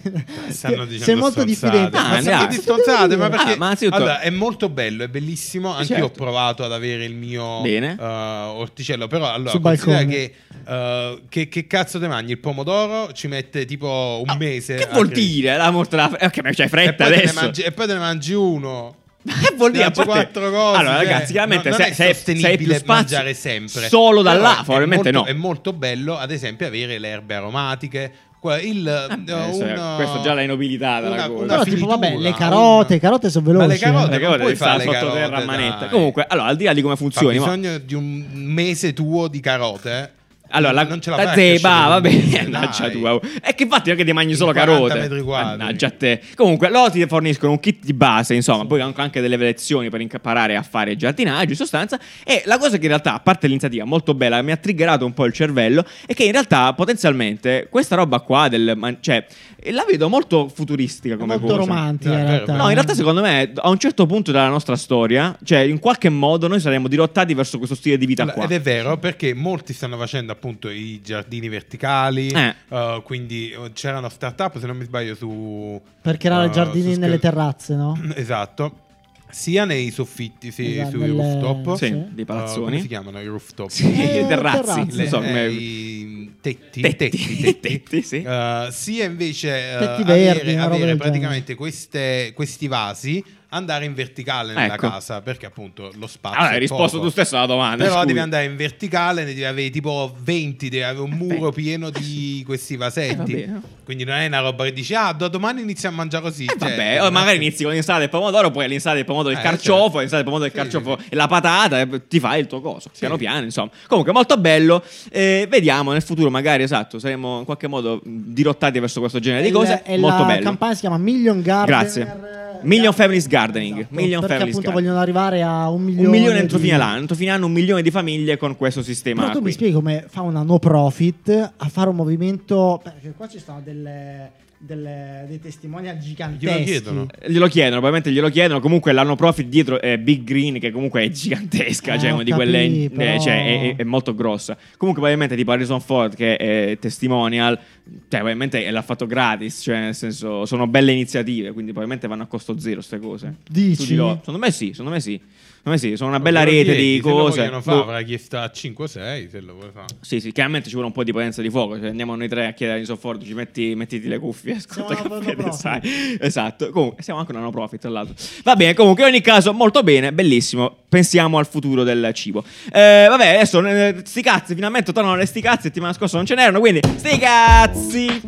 Stanno sei dicendo molto stronzate. diffidente. Ah, Ma andiamo. stanno di stronzate, ma perché Ah, ma anzitutto- allora, è molto bello, è bellissimo. Anch'io Certo. ho provato ad avere il mio Bene. eh, orticello. Però allora Sul considera balcone. che, eh, che che cazzo te mangi? Il pomodoro ci mette tipo un mese. Che a vuol crescere. dire? La mostra... Ok, ma c'hai E fretta poi, te ne adesso. mangi, e poi te ne mangi uno. Che vuol dire? A Mangi parte- quattro cose. Allora, cioè, ragazzi, chiaramente non, se, non è se, se hai sostenibile più spazio mangiare sempre. solo da Però là, è probabilmente molto, no. È molto bello, ad esempio, avere le erbe aromatiche. Qua- Il, Eh, eh, questo, un- questo già l'hai nobilitata la una- cosa. una Però tipo vabbè, finitura, le carote, un- le carote sono Ma veloci. le carote eh. Perché non ora puoi devi fare stare le sottoterra a carote, manetta. dai. Comunque, allora, al di là di come Fa funzioni, ma- bisogno di un mese tuo di carote. allora, la, non ce la, la fai a crescere zeba, in un va mese, bene, mannaggia dai. tu. oh. E che infatti non è che ti mangi In solo quaranta carote. metri quadri. Mannaggia a te. Comunque, loro ti forniscono un kit di base, insomma, poi anche anche delle lezioni per imparare a fare giardinaggio in sostanza. E la cosa che in realtà, a parte l'iniziativa molto bella, mi ha triggerato un po' il cervello, è che in realtà potenzialmente questa roba qua del man- cioè la vedo molto futuristica come molto cosa. romantica No, è in vero, realtà. No, in realtà secondo me a un certo punto della nostra storia, cioè in qualche modo noi saremmo dirottati verso questo stile di vita Allora, qua. ed è vero perché molti stanno facendo appunto i giardini verticali, Eh. eh, quindi eh, c'erano startup se non mi sbaglio su per creare eh, giardini su nelle Sky- terrazze, no? Esatto, sia nei soffitti, sì, Esatto, sui nelle- rooftop, Sì, Sì. dei eh, palazzoni. come si chiamano i rooftop? Sì, Eh, i terrazzi, terrazze. non so Le- come- eh, i tetti, Tetti. tetti, tetti. Tetti, sì. Eh, sia invece eh, Tetti avere, verdi, una roba avere del praticamente queste- questi vasi andare in verticale nella Ecco. casa perché appunto lo spazio Allora, è hai risposto poco. tu stesso alla domanda. Però scusa. devi andare in verticale, ne devi avere tipo venti, devi avere un muro pieno di questi vasetti. Eh, vabbè. Quindi non è una roba che dici, ah, da domani inizia a mangiare così. Eh, Cioè, vabbè, oh, magari inizi con l'insalata del pomodoro, poi l'insalata del pomodoro del Eh, carciofo, certo. l'insalata del pomodoro del Sì, carciofo sì, e la patata, e ti fai il tuo coso, Sì. piano piano, insomma. Comunque molto bello. Eh, vediamo nel futuro, magari, esatto, saremo in qualche modo mh, dirottati verso questo genere di Il- cose. e Molto la bello. campagna si chiama Million Garden. Grazie. Million Families Gardening. Million perché Families appunto Gardening. vogliono arrivare a un milione. Un milione entro di- fine anno, entro fine anno un milione di famiglie con questo sistema. Però tu mi qui. spieghi come fa una no profit a fare un movimento, perché qua ci sono delle, delle- dei testimonial giganteschi. Glielo chiedono. Glielo chiedono, probabilmente glielo chiedono. Comunque l'hanno profit dietro è Big Green, che comunque è gigantesca. Eh, cioè, ho una di quelle. capito, eh, però- cioè, è, è- è molto grossa. Comunque, probabilmente, tipo Harrison Ford, che è testimonial, cioè, probabilmente l'ha fatto gratis. Cioè, nel senso, sono belle iniziative. Quindi, probabilmente vanno a costo zero queste cose. Dici? Su di loro. Secondo me sì, secondo me sì. Secondo me sì, sono una bella Lo rete chiedi, di se lo cose. vogliono fare, Boh. avrà chiesto a cinque o sei, se lo vuoi fare. Sì, sì, chiaramente ci vuole un po' di potenza di fuoco. Cioè, andiamo noi tre a chiedere a Harrison Ford, ci metti, mettiti le cuffie, ascolta Siamo che una no sai. Esatto. Comunque, siamo anche una no profit, tra l'altro. Va bene, comunque, in ogni caso, molto bene, bellissimo. Pensiamo al futuro del cibo. Eh, vabbè, adesso, eh, sti cazzi, finalmente tornano le sti cazzi. Settimana scorsa non ce n'erano, quindi, sti cazzi.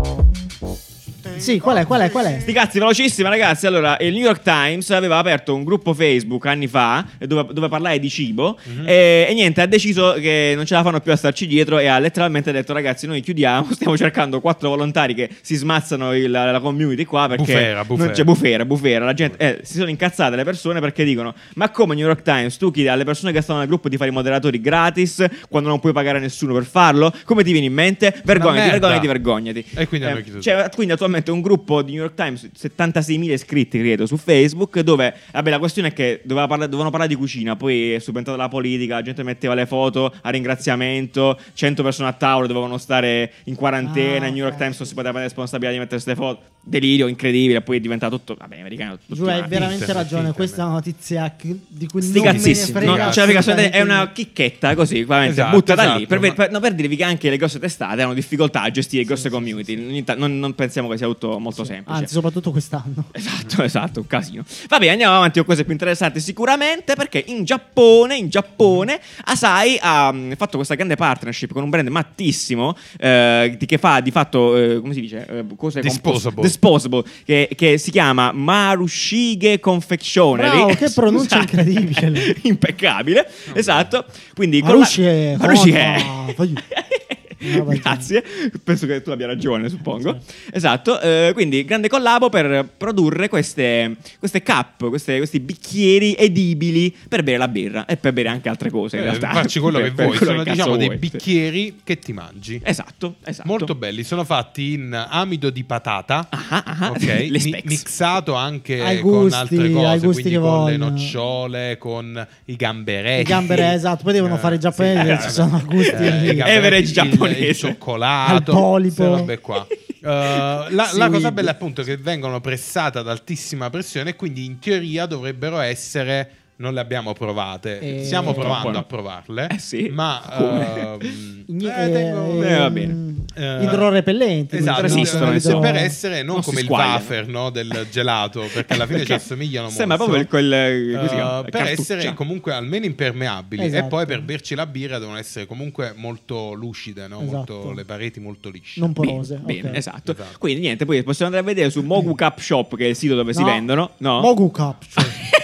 Sì, qual è, qual è, qual è? Sti cazzi, velocissima, ragazzi. Allora, il New York Times aveva aperto un gruppo Facebook anni fa dove, dove parlare di cibo. Mhm. e, e niente, ha deciso che non ce la fanno più a starci dietro. E ha letteralmente detto: ragazzi, noi chiudiamo. Stiamo cercando quattro volontari che si smazzano il- la, la community qua. Perché Bufera, bufera. non c'è bufera, bufera. La gente eh, si sono incazzate le persone perché dicono: ma come New York Times? Tu chiedi alle persone che stanno nel gruppo di fare i moderatori gratis quando non puoi pagare nessuno per farlo? Come ti viene in mente? Vergognati, merda. vergognati, vergognati. E quindi hanno Eh, chiuso c'è quindi attualmente un gruppo di New York Times, settantaseimila iscritti credo su Facebook, dove vabbè la questione è che doveva parla- dovevano parlare di cucina, poi è subentrata la politica, la gente metteva le foto a ringraziamento, cento persone a tavolo dovevano stare in quarantena, Ah, il New York ok. Times non si poteva prendere responsabilità di mettere queste foto, delirio incredibile, poi è diventato tutto, vabbè, americano tutto. Giù, hai una- veramente internet, ragione. internet. Questa è una notizia che- di cui Sti non me ne cazzissimi, frega no, cioè, perché assolutamente è una chicchetta così, veramente, Esatto, buttata esatto, lì per, ma- per- no, per dirvi che anche le grosse testate hanno difficoltà a gestire grosse community. Ogni ta- Non, non pensiamo che sia tutto molto semplice. Anzi, soprattutto quest'anno. Esatto, esatto, un casino. Va bene, andiamo avanti con cose più interessanti sicuramente, perché in Giappone, in Giappone, Asahi ha mm, fatto questa grande partnership con un brand mattissimo eh, di- che fa di fatto, eh, come si dice, eh, cose Disposable. compost- disposable, che, che si chiama Marushige Confectionery. Bravo, che pronuncia Scusate. incredibile. Impeccabile, esatto. Quindi con Marushi la- è Marushi pronta. è- Voglio- No, Grazie, penso che tu abbia ragione, suppongo. Esatto, eh, quindi grande collabo per produrre queste, queste cup, queste, questi bicchieri edibili per bere la birra e per bere anche altre cose in Eh, realtà. Facci quello Per- che per vuoi, quello sono che cazzo diciamo dei vuoi. bicchieri che ti mangi. Esatto, esatto. Molto belli, sono fatti in amido di patata, Ah, ah, ok? le Mi- specs. mixato anche Ai con gusti, altre ai cose, gusti quindi che con le vogliono. nocciole, con i gamberetti. I gamberi, esatto, poi devono Eh, fare i sì, giapponesi, eh, ci sono gusti. eh, i gamberetti, Average il- giapponese. il cioccolato, Al polipo. queste robe qua. Uh, la, la Seaweed. cosa bella è appunto che vengono pressate ad altissima pressione e quindi in teoria dovrebbero essere, non le abbiamo provate, Eh, stiamo provando no. a provarle, Eh sì. ma Come? ehm, Igni- eh, tengo- Eh, va bene. Eh, idrorepellenti, esatto, quindi, resistono, no? insomma. per essere non, Non si come il squagliano. wafer, no, del gelato, perché alla fine ci Perché assomigliano sembra molto. proprio il- quel come si Uh, chiama? per Cartuccia. essere comunque almeno impermeabili e Esatto. poi per berci la birra devono essere comunque molto lucide, no? Esatto. Molto- le pareti molto lisce. non Bene, porose. bene, ok. esatto. Esatto. Quindi niente, poi possiamo andare a vedere su Mogu Cup Shop, che è il sito dove si No. vendono, no? Mogu Cup, cioè.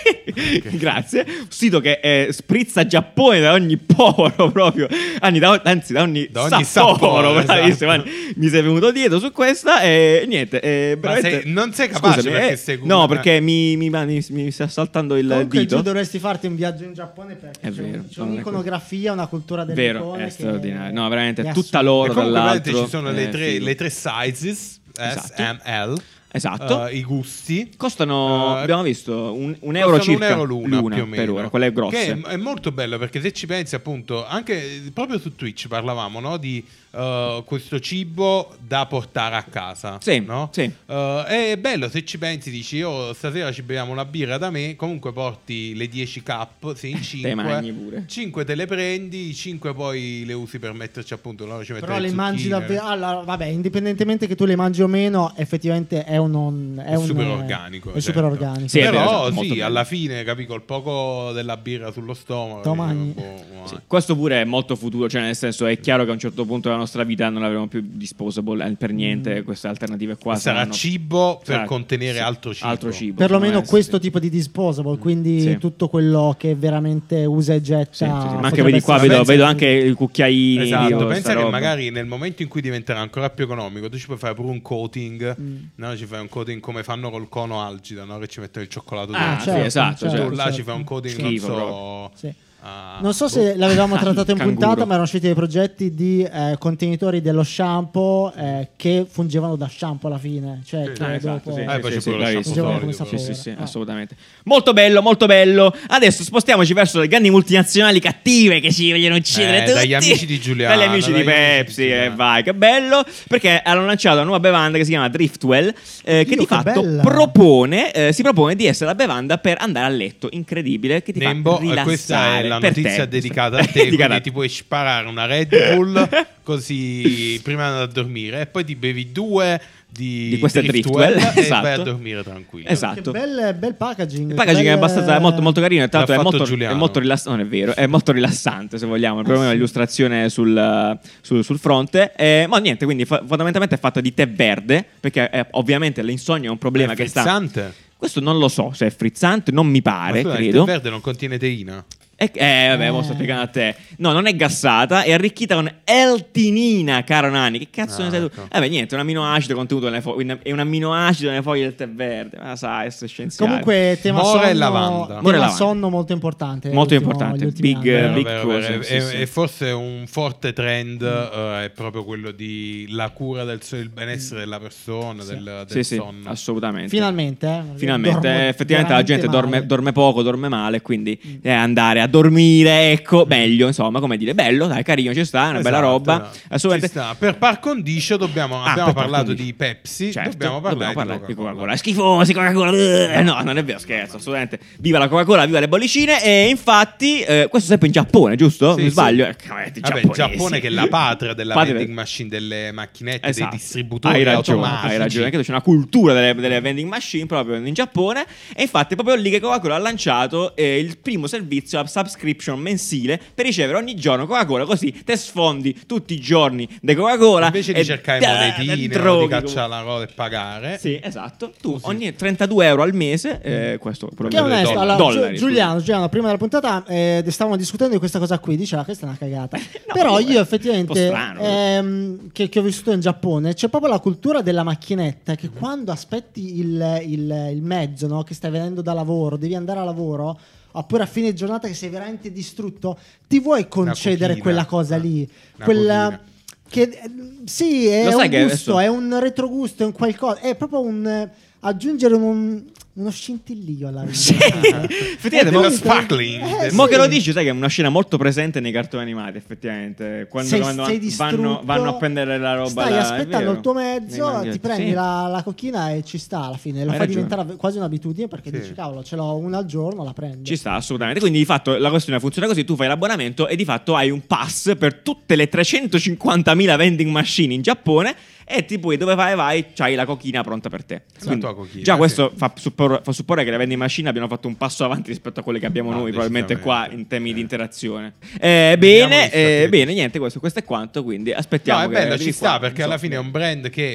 Grazie. Sito che eh, sprizza Giappone da ogni poro proprio. Anzi, da, anzi, da ogni, Da ogni sapporo. sapporo, Bravissimo. esatto. Mi sei venuto dietro su questa e niente. eh, Ma veramente- sei- non sei capace Scusami, perché eh, sei No, una- perché mi, mi, mi, mi sta saltando il Comunque dito. giù dovresti farti un viaggio in Giappone perché È c'è, vero, c'è sono un'iconografia, una cultura del Vero, icone è che straordinario. No, veramente, è tutta assurda. loro E comunque dall'altro. vedete, ci sono le eh, tre, figo. le tre sizes Esatto. S, M, L. Esatto. eh, i gusti Costano, Eh, abbiamo visto, un, un euro costano circa un euro l'una, più o meno, per ora, quelle grosse. che è, è molto bello perché se ci pensi appunto anche proprio su Twitch parlavamo, no, di uh, questo cibo da portare a casa, Sì, no? sì. Uh, è bello se ci pensi, dici oh stasera ci beviamo una birra da me, comunque porti le dieci cup, sei in Te mangi cinque, pure. cinque te le prendi, cinque poi le usi per metterci appunto, no? Ci metti Però le le mangi zucchine. davvero. Allora, vabbè, indipendentemente che tu le mangi o meno, effettivamente è un. È, È un, super eh, organico, È super certo. organico. Sì, è vero, Però esatto, molto sì, bello. alla fine capi col poco della birra sullo stomaco. Te lo dici, mangi. boh, ma- Sì, questo pure è molto futuro, cioè nel senso è chiaro che a un certo punto della nostra vita non avremo più disposable eh, per niente, queste alternative qua Sarà saranno- cibo per sarà- contenere sì, altro cibo. altro cibo. Perlomeno secondo me, questo sì. tipo di disposable, quindi Sì. tutto quello che veramente usa e getta. Sì, sì, sì. Ma anche potrebbe vedi qua essere- vedo, pensa- vedo anche i cucchiaini. Esatto, dico, pensa sta che roba. magari nel momento in cui diventerà ancora più economico, tu ci puoi fare pure un coating, Mm. no? Ci fai un coating come fanno col cono algido, no? Che ci mettono il cioccolato Ah, dentro. sì, esatto, certo, cioè, Tu là certo. ci fai un coating, Schifo, non so. proprio. Sì. ah, Non so boh. se l'avevamo trattato in Canguro. puntata, ma erano usciti dei progetti di eh, contenitori dello shampoo eh, che fungevano da shampoo alla fine. Cioè, Sì. che Ah, esatto, dopo- sì, Eh, sì, poi sì, c'è sì, pure lo bravissimo. shampoo Come solido. Sì, sapore. sì, sì, Ah. assolutamente. Molto bello, molto bello. Adesso spostiamoci verso le grandi multinazionali cattive che ci vogliono uccidere Eh, tutti. dagli amici di Giuliano, Dagli amici di dagli amici di Pepsi, Giuliano. e vai, che bello. Perché hanno lanciato una nuova bevanda che si chiama Driftwell, eh, che Oddio, di che fatto bella. propone, eh, si propone di essere la bevanda per andare a letto. Incredibile, che ti Nembo, fa eh, rilassare. questa è la per notizia te. dedicata a te, Dedicata quindi a ti puoi sparare una Red Bull così prima di andare a dormire e poi ti bevi due di, Di questa Driftwell Driftwell, e esatto. vai a dormire tranquillo. Esatto. Che bel, bel packaging. Il packaging è Bel- abbastanza è molto, molto carino. E tra L'ha l'altro è fatto molto, Giuliano. è molto rilassante. Non è vero, è molto rilassante. Se vogliamo, il problema è sì. l'illustrazione sul, sul, sul fronte. Eh, ma niente, quindi fa- fondamentalmente è fatto di tè verde. Perché eh, ovviamente l'insonnia è un problema È che sta. frizzante. Questo non lo so se è frizzante, non mi Ma pare, scusa, il credo. tè verde non contiene teina. E- eh, vabbè, Eh. mo sto spiegando a te. No, non è gassata, è arricchita con L-tinina, caro Nani. Che cazzo Ah, ne sai tu? ecco. Eh, beh, niente, un amminoacido contenuto nelle foglie. È un amminoacido nelle foglie del tè verde. Ma sai, questo è scienziato. Comunque, tema More e sonno, lavanda. tema More e lavanda. sonno molto importante. Molto l'ultimo- importante. gli ultimi Big, anni. eh, Vero, big vero, cose, vero. sì, e, sì. e forse un forte trend eh, è proprio quello di la cura del so- il benessere della persona, del, del Sì, sì, sonno. assolutamente. Finalmente, eh, Finalmente, dormo eh, effettivamente la gente veramente dorme, male. dorme poco, dorme male, quindi eh, andare a dormire, ecco, meglio, insomma, come dire, bello, dai, carino, ci sta, è una bella Esatto, roba. esatto. Assolutamente. Ci sta. Per par condicio dobbiamo, Ah, abbiamo per par parlato condicio. di Pepsi, Certo, dobbiamo parlare, di Coca-Cola. Schifosi Coca-Cola. Eh, no, non è vero, scherzo, assolutamente. Viva la Coca-Cola, viva le bollicine. E infatti, eh, questo sempre in Giappone, giusto? Sì, Mi sì. sbaglio? Eh, cavaletti Vabbè, il giapponesi. Giappone che è la patria della Patria- vending machine, delle macchinette, Esatto. dei distributori Hai ragione, automatici. hai ragione, anche tu c'è una cultura delle, delle vending machine proprio in Giappone e infatti è proprio lì che Coca-Cola ha lanciato eh, il primo servizio a subscription mensile per ricevere ogni giorno Coca-Cola, così te sfondi tutti i giorni di Coca-Cola invece di e cercare da- monetine o di droghi, cacciare la cosa e pagare. sì, esatto. Tu ogni trentadue euro al mese, eh, questo Che è Dollari. onesto. Allora, Dollari, Giu- Giuliano, Giuliano, prima della puntata eh, stavamo discutendo di questa cosa qui. Diceva questa è una cagata. Però io un po' effettivamente strano, ehm, che, che ho vissuto in Giappone, c'è proprio la cultura della macchinetta che quando aspetti il, il- il mezzo, no, che stai venendo da lavoro, devi andare a lavoro, oppure a fine giornata che sei veramente distrutto, ti vuoi concedere cochina. quella cosa lì, Una quella cochina. che eh, sì, è Lo sai un che gusto, adesso- è un retrogusto, è un qualcosa, è proprio un eh, aggiungere un- uno scintillio alla vita. Sì, effettivamente, dello mo- sparkling. Eh, mo sì. che lo dici, sai che è una scena molto presente nei cartoni animati, effettivamente. Quando, Sei- quando sei vanno, distrutto, vanno a prendere la roba. stai là, è aspettando vero. il tuo Nei mezzo, mangiati. ti prendi Sì. la, la cochina e ci sta alla fine. Lo Hai fa ragione. diventare quasi un'abitudine perché Sì. dici cavolo, ce l'ho una al giorno, la prendo. Ci sta assolutamente. Quindi di fatto la questione funziona così: tu fai l'abbonamento e di fatto hai un pass per tutte le trecentocinquantamila vending machine in Giappone. E ti puoi, dove vai, vai, c'hai la cochina pronta per te. Quindi, tua cochina, già sì. questo fa, suppor- fa supporre che le vending machine abbiano fatto un passo avanti rispetto a quelle che abbiamo Ah, noi, probabilmente qua decisamente. in termini Eh. di interazione. Eh, Vediamo bene, gli eh, stati. bene, niente, questo, questo è quanto. Quindi aspettiamo. No, è che bello, arrivi ci sta qua, perché non so. alla fine è un brand che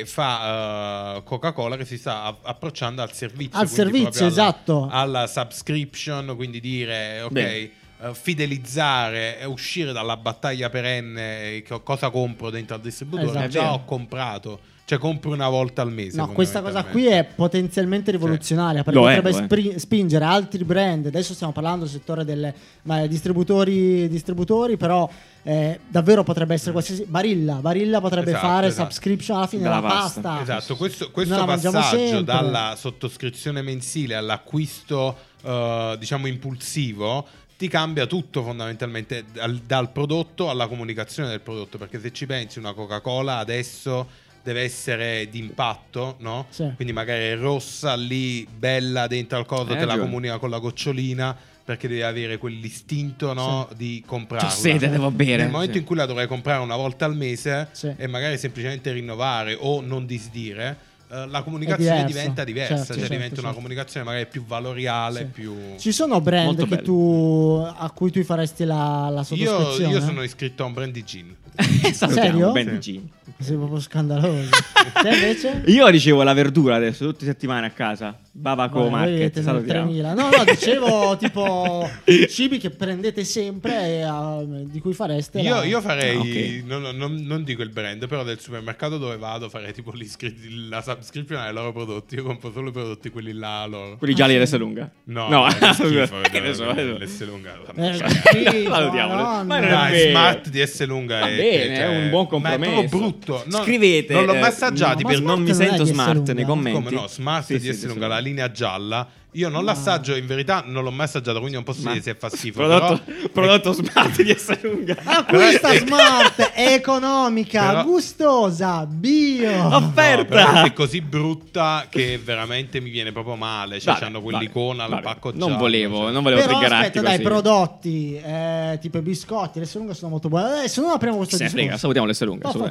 fa uh, Coca-Cola che si sta a- approcciando al servizio. Al quindi servizio, proprio alla- esatto. Alla subscription, quindi dire ok, Bene. uh, fidelizzare e uscire dalla battaglia perenne, eh, co- cosa compro dentro al distributore. Esatto. Già È vero. ho comprato, cioè compro una volta al mese. No, questa cosa qui è potenzialmente rivoluzionaria perché Lo è, potrebbe lo è. spri- spingere altri brand. Adesso stiamo parlando del settore delle ma, distributori, distributori, però eh, davvero potrebbe essere qualsiasi. Barilla, Barilla potrebbe Esatto, fare esatto. subscription alla fine Della della pasta. pasta. Esatto, questo, Noi questo la mangiamo passaggio sempre. dalla sottoscrizione mensile all'acquisto, eh, diciamo, impulsivo ti cambia tutto fondamentalmente, dal, dal prodotto alla comunicazione del prodotto, perché se ci pensi una Coca-Cola adesso deve essere d'impatto, no? Sì. Quindi magari è rossa lì, bella dentro al coso, Hai te la ragione. comunica con la gocciolina, perché devi avere quell'istinto, no? Di comprarla. C'ho sete, devo bere. Nel momento Sì. in cui la dovrai comprare una volta al mese Sì. e magari semplicemente rinnovare o non disdire, eh, la comunicazione È diverso. diventa diversa, Certo, cioè certo, diventa una certo. comunicazione magari più valoriale, Sì. più... Ci sono brand Molto che bello. tu, a cui tu faresti la, la Io, sottoscrizione? io sono iscritto a un brand di gin. Salutiamo, Serio? Ben Sì. G. Sei proprio scandaloso. Te invece? Io ricevo la verdura adesso tutte le settimane a casa. Bavaco Vabbè, voi Market. siete nel Salutiamo. tremila. No, no, dicevo tipo cibi che prendete sempre e ah, di cui fareste Io, la... io farei, Ah, ok. non, non- non dico il brand, però del supermercato dove vado farei tipo l'iscri- la subscription ai loro prodotti. Io compro solo i prodotti quelli là loro. Quelli gialli dell'S lunga. No, no. è schifo, Che ne so, vedo eh. l'S lunga. Eh, schifo, Valutiamolo. Madonna. Ma non è Dai, vero. Smart di S lunga Va è, bene, cioè, è un buon ma è compromesso. proprio brutto. No, Scrivete. non l'ho mai eh, assaggiati no, per ma non mi Smart non è sento di S smart lunga. nei commenti. Come no, Smart Sì, di sì, S sì, lunga, sì. la linea gialla. Io non l'assaggio, in verità non l'ho mai assaggiato, quindi non posso Ma- dire se fa schifo. Prodotto, però- prodotto smart di S lunga. Acquista smart, è economica, Però- gustosa, bio. No, però Offerta. è così brutta che veramente mi viene proprio male. Cioè, Vabbè, hanno vabbè, quell'icona al vabbè. pacco Non giallo, volevo, cioè. non volevo Però triggerarti aspetta, dai, così. prodotti eh, tipo i biscotti, le lunga sono molto buone. Adesso non apriamo questo Se ne discorso. frega, salutiamo l'S lunga. Ma fa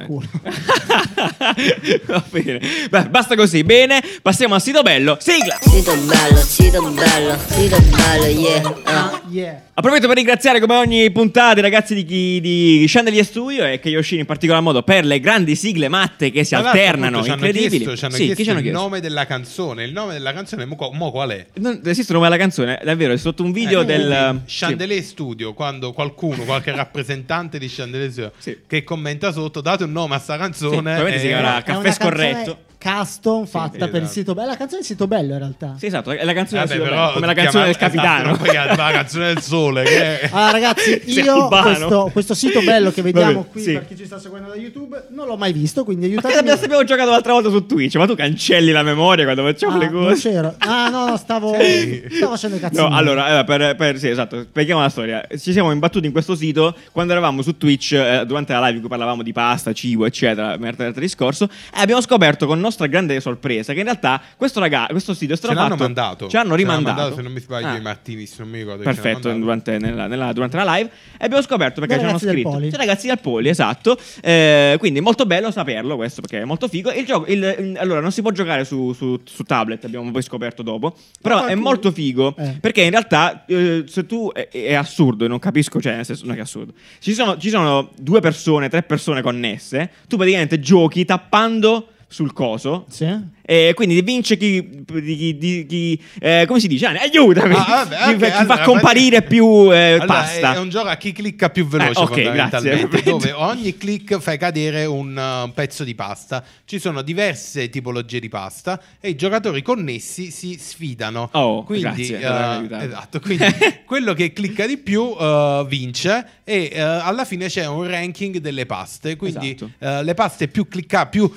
assolutamente. Va bene. Beh, basta così. Bene, passiamo al sito bello. Sigla. Sito bello, sito bello, sito bello, yeah. Ah, yeah. Approfitto per ringraziare come ogni puntata i ragazzi di, chi- di Chandelier Studio e Kyoshini in particolar modo per le grandi sigle matte che si Tra l'altro, alternano, appunto, ci hanno incredibili. chiesto, ci hanno Sì, chiesto chi ci hanno il chiesto? nome della canzone. Il nome della canzone, mo, qua- mo qual è? Non esiste il nome della canzone, davvero, è sotto un video Eh, del sì. Chandelier Studio, quando qualcuno, qualche rappresentante di Chandelier Studio Sì. che commenta sotto, date un nome a sta Sì, canzone. probabilmente si e- chiamerà È Caffè una canzone Scorretto. custom fatta sì, per il esatto. sito bello. La canzone è il sito bello in realtà. Sì, esatto, è la canzone Vabbè, del sito però bello, come la canzone del chiama- capitano. esatto, non puoi chiamare la canzone del sole. Che è- Allora ragazzi, Sei io albano. questo, questo sito bello che vediamo Vabbè, qui sì. per chi ci sta seguendo da YouTube non l'ho mai visto, quindi Ma che aiutatemi. abbiamo, abbiamo giocato l'altra volta su Twitch, ma tu cancelli la memoria quando facciamo Ah, le non cose. c'ero. Ah no, no, stavo, stavo facendo i cazzi. No, miei. allora, eh, per, per- sì, esatto, spieghiamo la storia. Ci siamo imbattuti in questo sito quando eravamo su Twitch, eh, durante la live in cui parlavamo di pasta, cibo, eccetera, merda discorso, e abbiamo scoperto con, nos- nostra grande sorpresa che in realtà questo ragazzo, questo sito è stato Ce l'hanno fatto, mandato. ci hanno Ce l'hanno rimandato. mandato, se non mi sbaglio, Ah. i Martinis, non mi ricordo. chi ce l'ha Perfetto, mandato. durante, nella, nella- durante la live e abbiamo scoperto perché Dei ci hanno ragazzi del scritto Poli. Sì, ragazzi del Poli, esatto. Eh, quindi è molto bello saperlo questo perché è molto figo. Il gioco, il- il- allora non si può giocare su, su- su tablet, abbiamo poi scoperto dopo, però Ah, è qualcuno- molto figo Eh. perché in realtà eh, se tu è, è assurdo e non capisco, cioè nel senso non è che è assurdo. Ci sono, ci sono due persone, tre persone connesse, tu praticamente giochi tappando sul coso. Sì. E quindi vince chi, chi, chi- chi- eh, come si dice? Ah, aiutami! Ah, vabbè, chi, ok, chi fa allora, comparire più eh, Allora, pasta. È, è un gioco a chi clicca più veloce, Eh, ok, fondamentalmente, grazie. dove ogni click fai cadere un uh, pezzo di pasta. Ci sono diverse tipologie di pasta e i giocatori connessi si sfidano. Oh, quindi, grazie per uh, avermi aiutato. esatto, quindi quello che clicca di più uh, vince e uh, alla fine c'è un ranking delle paste. Quindi Esatto. uh, le paste più cliccate, più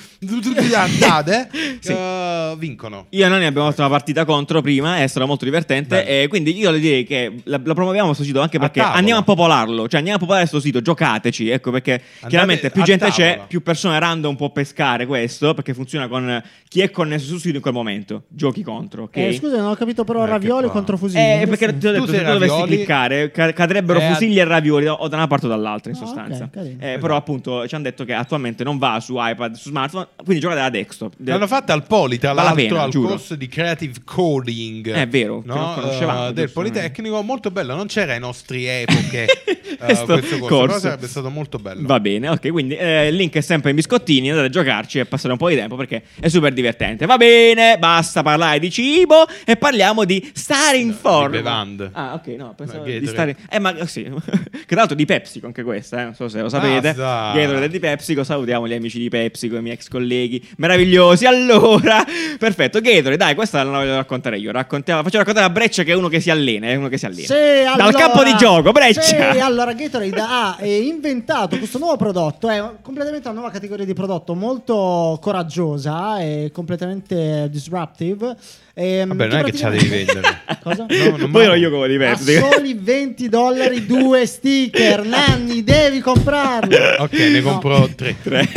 andate, Sì. uh, vincono. Io e Nani abbiamo fatto una partita contro prima, è stato molto divertente. Bello. E quindi io le direi che la, la promuoviamo questo sito anche A perché tavola. andiamo a popolarlo. Cioè andiamo a popolare questo sito, giocateci. Ecco perché chiaramente più a gente c'è, tavola. più persone random può pescare questo. Perché funziona con chi è connesso sul sito in quel momento. Giochi contro, ok? Eh, scusa, non ho capito però Eh, che ravioli qua. contro fusilli. Eh, Che perché senso? ti ho detto, Tu se sei tu dovessi ravioli- cliccare, ca- cadrebbero Eh, fusilli e ravioli o da una parte o dall'altra, in Ah, sostanza. ok, carino. Eh, però, appunto, ci hanno detto che attualmente non va su iPad, su smartphone, quindi giocate da desktop. L'hanno fatta al Poli, tra Vale la l'altro, pena, al giuro. corso di Creative Coding. È vero, che no? non conoscevamo, Eh, del giusto? Politecnico, molto bello. Non c'era ai nostri epoche eh, Questo questo corso, corso. però sarebbe stato molto bello. Va bene, ok, quindi eh, il link è sempre in biscottini, andate a giocarci e passare un po' di tempo perché è super divertente. Va bene, basta parlare di cibo e parliamo di stare in forma. bevande. Ah, ok, no, pensavo No, di Gatorade. stare Eh, ma sì, che tra l'altro di PepsiCo anche questa, eh, non so se lo sapete. Basta. Gatorade è di PepsiCo, salutiamo gli amici di PepsiCo, i miei ex colleghi meravigliosi. Allora, perfetto, Gatorade, dai, questa non la voglio raccontare io, raccontiamo, faccio raccontare a Breccia che è uno che si allena, è uno che si allena. Sì, Dal allora- campo di gioco, Breccia. Sì, allora Gatorade ha eh, inventato questo nuovo prodotto, è completamente una nuova categoria di prodotto molto coraggiosa e completamente disruptive. ehm, Vabbè, non è che ce la devi praticamente- vendere. Cosa? No, non Poi mi- ero io come A diversi. soli venti dollari due sticker. Nanni, devi comprarlo. Ok, ne No. compro tre.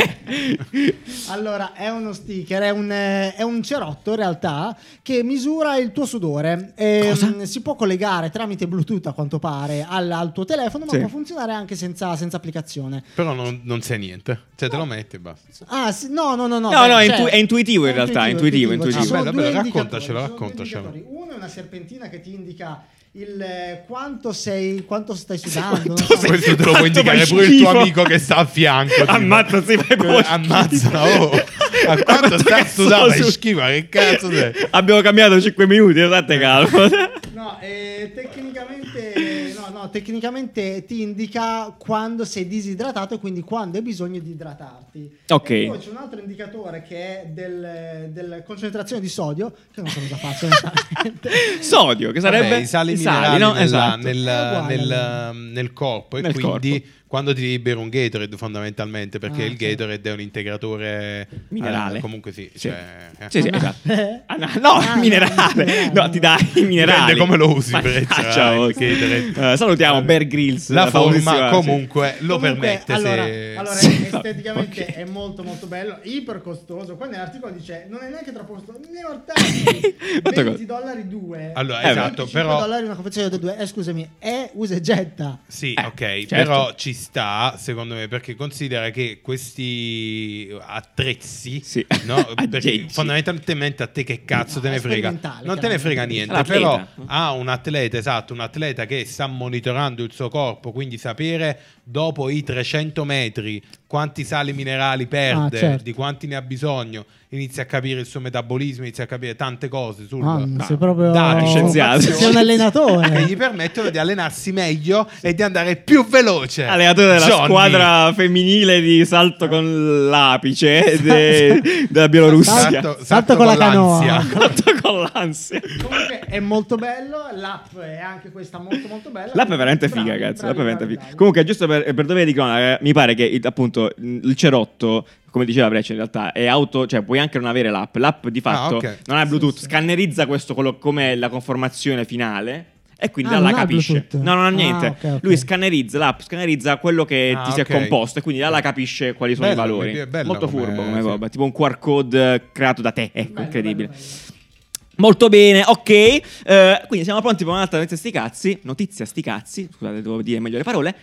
Allora, è uno sticker, è un, eh, è un cerotto in realtà che misura il tuo sudore. E, mh, si può collegare tramite Bluetooth a quanto pare al, al tuo telefono, ma Sì. può funzionare anche senza, senza applicazione. Però non, non sai niente. Cioè, te lo metti e basta. Ah, sì, no, no, no, no. No, beh, no, è cioè, intu- è intuitivo in è realtà, intuitivo, Ci intuitivo. sono Ah, bello, due bello, indicatori, raccontacelo, ci sono due raccontacelo. indicatori. Uno è una serpentina che ti indica il eh, quanto sei, quanto stai sudando. quanto non so. sei- Questo te lo può Quanto indicare fai pure il tuo schifo. amico che sta a fianco. tipo. Ammazza, si fai proprio Eh, Ammazza, oh. A quanto Quanto sta cazzo studiando? Fai su- schifo, ma che cazzo sei? Abbiamo cambiato cinque minuti, state calmo. No, eh, tecnicamente, no, no, tecnicamente ti indica quando sei disidratato e quindi quando hai bisogno di idratarti. Ok. E poi c'è un altro indicatore che è del, del concentrazione di sodio, che non so cosa faccio onestamente. Sodio, che sarebbe Vabbè, i sali minerali no? nella- Esatto. nel, È uguale, nel- nel corpo e Nel quindi corpo. quando ti devi bere un Gatorade fondamentalmente perché Ah, il sì. Gatorade è un integratore Minerale. eh, comunque sì, Sì. cioè, eh. Sì, sì, Ah, esatto. eh? Ah, no, no, Ah, minerale. minerale. No, ti dai i minerali. Dipende come lo usi, Mannaggia, Breccia, oh. il Gatorade. Eh, salutiamo Bear Grylls. La forma famosissima- comunque lo Comunque, permette allora, se... allora, Sì. esteticamente Ok. è molto molto bello, iper costoso. Qua nell'articolo dice non è neanche troppo costoso, ne mortali. Quanto venti dollari due. Allora, Eh, esatto, venticinque però... dollari una confezione da due. Eh, scusami, è usa e getta. Sì, Eh, ok, certo. però ci sta, secondo me, perché considera che questi attrezzi, Sì. no? Perché Aggeggi. fondamentalmente a te che cazzo No, te ne è frega? sperimentale, Non te ne frega chiaramente. niente, L'atleta. però ha un atleta, esatto, un atleta che sta monitorando il suo corpo, quindi sapere dopo i trecento metri quanti sali minerali perde, Ah, certo. di quanti ne ha bisogno, inizia a capire il suo metabolismo, inizia a capire tante cose sul Ah, no, sei proprio dati, scienziato. sei un allenatore. che gli permettono di allenarsi meglio e di andare più veloce. Allenatore della Johnny. squadra femminile di salto con l'apice de- della Bielorussia. Salto, Salto con la canoa. l'ansia. Salto con l'ansia. Comunque è molto bello, l'app è anche questa molto molto bella. L'app è veramente Bravi, figa, cazzo. bravi, L'app è veramente bravi, figa. bravi. Comunque, giusto per, per dovere di cronaca, mi pare che il- appunto il cerotto, come diceva Breccia, in realtà è auto, cioè puoi anche non avere l'app. L'app di fatto Ah, ok. non ha Bluetooth, Sì, sì. scannerizza questo quello come la conformazione finale. e quindi Ah, là la non ha capisce. Bluetooth? No, non ha Ah, niente. ok, ok. Lui scannerizza, l'app scannerizza quello che Ah, ti si è ok. composto e quindi là la capisce quali sono Bello, i valori. è bello Molto come- furbo come sì. roba, tipo un Q R code eh, creato da te, ecco, Bello, incredibile. bello, bello. Molto bene, ok. Eh, quindi siamo pronti per un'altra notizia sti cazzi. Notizia sti cazzi. Scusate, devo dire meglio le parole.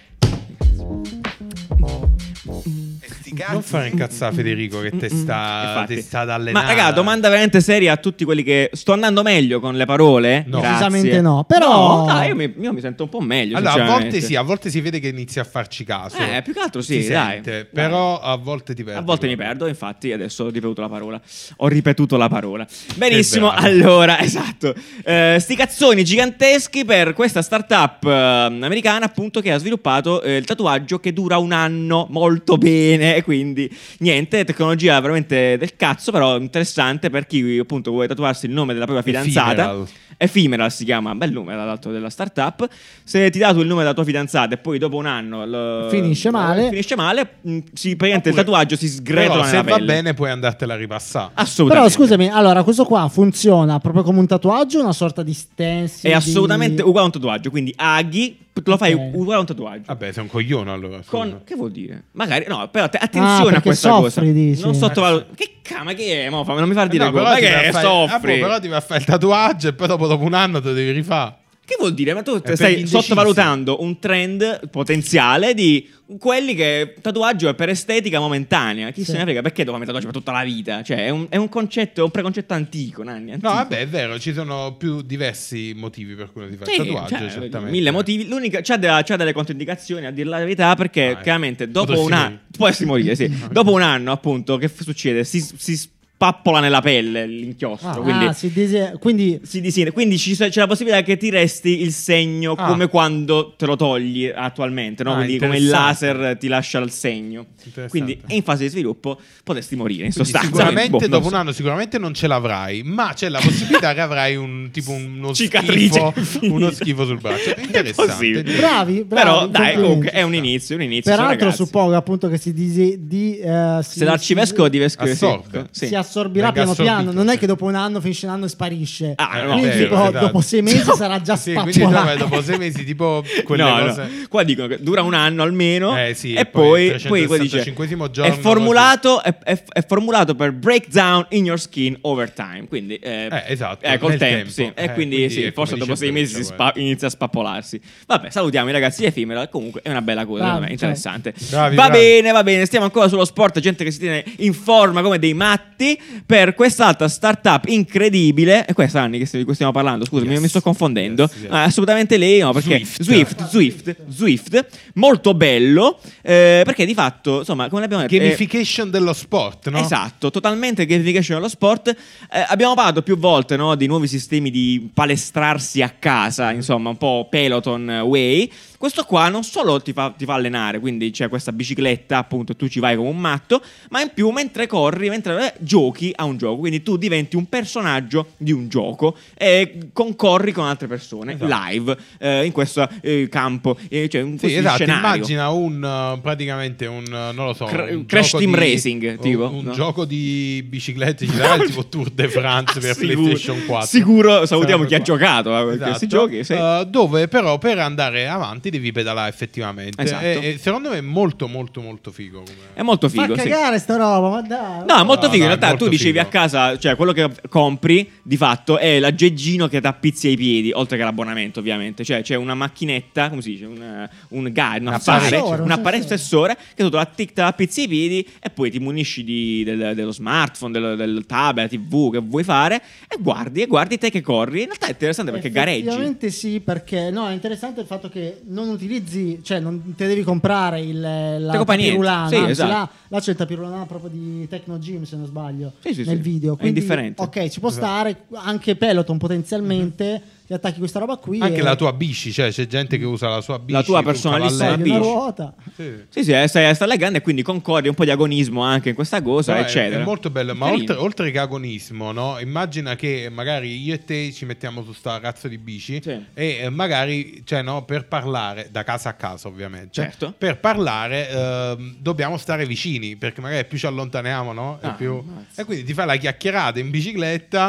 Non fare incazzare Federico che te sta, Infatti. te sta ad allenare. Ma raga, domanda veramente seria a tutti quelli che sto andando meglio con le parole? No. Grazie. Decisamente no, però- No, dai, io mi, io mi sento un po' meglio. Allora, a sinceramente. volte sì, a volte si vede che inizi a farci caso. Eh, più che altro sì, Si dai. sente, Dai. però a volte ti perdi. A volte mi perdo, infatti adesso ho ripetuto la parola. Ho ripetuto la parola. Benissimo, bravo. allora, esatto. Eh, sti cazzoni giganteschi per questa startup eh, americana, appunto, che ha sviluppato eh, il tatuaggio che dura un anno molto bene. E quindi, niente, tecnologia veramente del cazzo, però interessante per chi, appunto, vuole tatuarsi il nome della propria fidanzata. Ephemeral. Ephemeral si chiama, bel nome dall'altro della startup. Se ti dà tu il nome della tua fidanzata e poi dopo un anno lo- Finisce male. finisce male, mh, si, praticamente il Oppure- tatuaggio si sgretola Però se nella va pelle. bene puoi andartela a ripassare. Però Assolutamente. scusami, allora questo qua funziona proprio come un tatuaggio, una sorta di stencil? È assolutamente di... uguale a un tatuaggio, quindi aghi, te lo fai Ok. uguale a un tatuaggio. Vabbè, sei un coglione allora. Con, scusa. che vuol dire? Magari, no, però te- Ah, attenzione a perché questa soffri, cosa. dici. Non sottovaluto. Che cama che è? Mo, fa- non mi far dire Eh no, quello. però Ma ti vai che a fare- ah, soffri? boh, però ti vai a fare il tatuaggio e poi dopo, dopo un anno te lo devi rifare. Che vuol dire? Ma tu per gli stai indecisi. sottovalutando un trend potenziale di quelli che tatuaggio è per estetica momentanea. Chi Sì. se ne frega? Perché devo fare tatuaggio per tutta la vita? Cioè, è un, è un concetto, è un preconcetto antico, Nanni. Antico. No, vabbè, è vero, ci sono più diversi motivi per cui non ti fai Sì, il tatuaggio, cioè, esattamente. mille motivi. L'unica c'ha, de- c'ha delle controindicazioni, a dire la verità, perché Ah, chiaramente dopo potresti un anno morire. potresti morire, sì. Dopo un anno, appunto, che f- succede? Si, si spappola nella pelle l'inchiostro, Ah, quindi ah, si dise- quindi si disegna. Quindi ci so- c'è la possibilità che ti resti il segno Ah. come quando te lo togli attualmente, no? Ah, Quindi come il interessante. laser ti lascia il segno. Interessante. Quindi è in fase di sviluppo, potresti morire in Quindi sostanza. sicuramente Boh, non dopo so. un anno sicuramente non ce l'avrai, ma c'è la possibilità che avrai un tipo uno Cicatrice. schifo, uno schifo sul braccio. È interessante. possibile. bravi, bravi. Però dai, complimenti. comunque è un inizio, un inizio. sono Peraltro ragazzi. suppongo appunto che si disi, di, eh, si, Se l'arcivescovo di vescovo Assorbe. sì. si assorbirà Venga piano piano, assorbito, non è sì. che dopo un anno finisce l'anno e sparisce. Ah, no, quindi vero, tipo, esatto. dopo sei mesi sarà già Sì, quindi dove, spappolato. dopo sei mesi tipo quelle No, cose. no. Qua dicono che dura un anno almeno. Eh, sì, e e poi, poi il poi, poi dice: trecentosessantacinquesimo è giorno, formulato, è, è- è formulato per breakdown in your skin over time. Quindi, eh, Eh, esatto, eh, col nel tempo, tempo. sì. E Eh, quindi, quindi sì, è forse come dopo dice sei mesi si Breccia, spa- inizia a spappolarsi. Vabbè, salutiamo i ragazzi di Ephemeral. Comunque è una bella cosa, Bravi, secondo me, interessante. Bravi, va bravi. bene, va bene. Stiamo ancora sullo sport. Gente che si tiene in forma come dei matti per quest'altra startup incredibile. E questa anni che st- di cui stiamo parlando, scusami, Yes. mi sto confondendo. Yes, yes. Ah, assolutamente lei, no, perché Swift. Swift, Swift, Swift, molto bello, eh, perché di fatto, insomma, come l'abbiamo detto, eh, Gamification dello sport, no? esatto, totalmente gamification dello sport. Eh, abbiamo parlato più volte, no, di nuovi sistemi di palestrarsi a casa, insomma, un po' Peloton way. Questo qua non solo ti fa, ti fa allenare, quindi c'è questa bicicletta, appunto, tu ci vai come un matto, ma in più mentre corri, mentre eh, giochi a un gioco, quindi tu diventi un personaggio di un gioco e concorri con altre persone Esatto. live eh, in questo eh, campo, eh, cioè in Sì, questo esatto, scenario. immagina un uh, praticamente un uh, non lo so, Cra- un Crash gioco Team di- Racing, un- tipo, un no? gioco di biciclette, ci sarà il tipo Tour de France per Sicuro. PlayStation quattro. Sicuro, salutiamo Sarebbe chi ha qua. giocato a Esatto. questi giochi, sì. Uh, dove però per andare avanti devi pedalare effettivamente. Esatto. E, e secondo me è molto molto molto figo come... È molto Fa figo, sì. cagare sta roba, ma dai. No, è molto No, figo. no, In è realtà molto tu dicevi figo. a casa, cioè quello che compri di fatto è l'aggeggino che ti appizzi ai piedi, oltre che l'abbonamento, ovviamente. Cioè c'è una macchinetta, come si dice, un, un guide, un Un affare, sensore, un un apparecchio sensore. sensore che tu te la tic- te la appizzi ai piedi e poi ti munisci di- del- dello smartphone, del, del tablet, tivù che vuoi fare e guardi e guardi te che corri. In realtà è interessante perché gareggi. Effettivamente sì, perché no, è interessante il fatto che non utilizzi, cioè non te devi comprare il, la Te compra niente. tapirulana, Sì, anzi, esatto. là, là c'è il tapirulana proprio di Tecno Gym se non sbaglio, Sì, sì, nel sì. video. È Quindi, indifferente. ok, ci può stare anche Peloton potenzialmente, ti attacchi questa roba qui. Anche e la tua bici, cioè c'è gente che usa la sua bici, La tua sul personalissima cavalletto. togli una bici. ruota. Sì. Sì, sì, eh, stai, stai allegando e quindi concordi un po' di agonismo anche in questa cosa, No, è- eccetera. È molto bello, ma Carino. oltre, oltre che agonismo, no? Immagina che magari io e te ci mettiamo su sta razza di bici Sì. e eh, magari, cioè, no, per parlare, da casa a casa ovviamente, Certo. per parlare ehm, dobbiamo stare vicini, perché magari più ci allontaniamo, no? E, Ah, più- ammazza. e quindi ti fai la chiacchierata in bicicletta.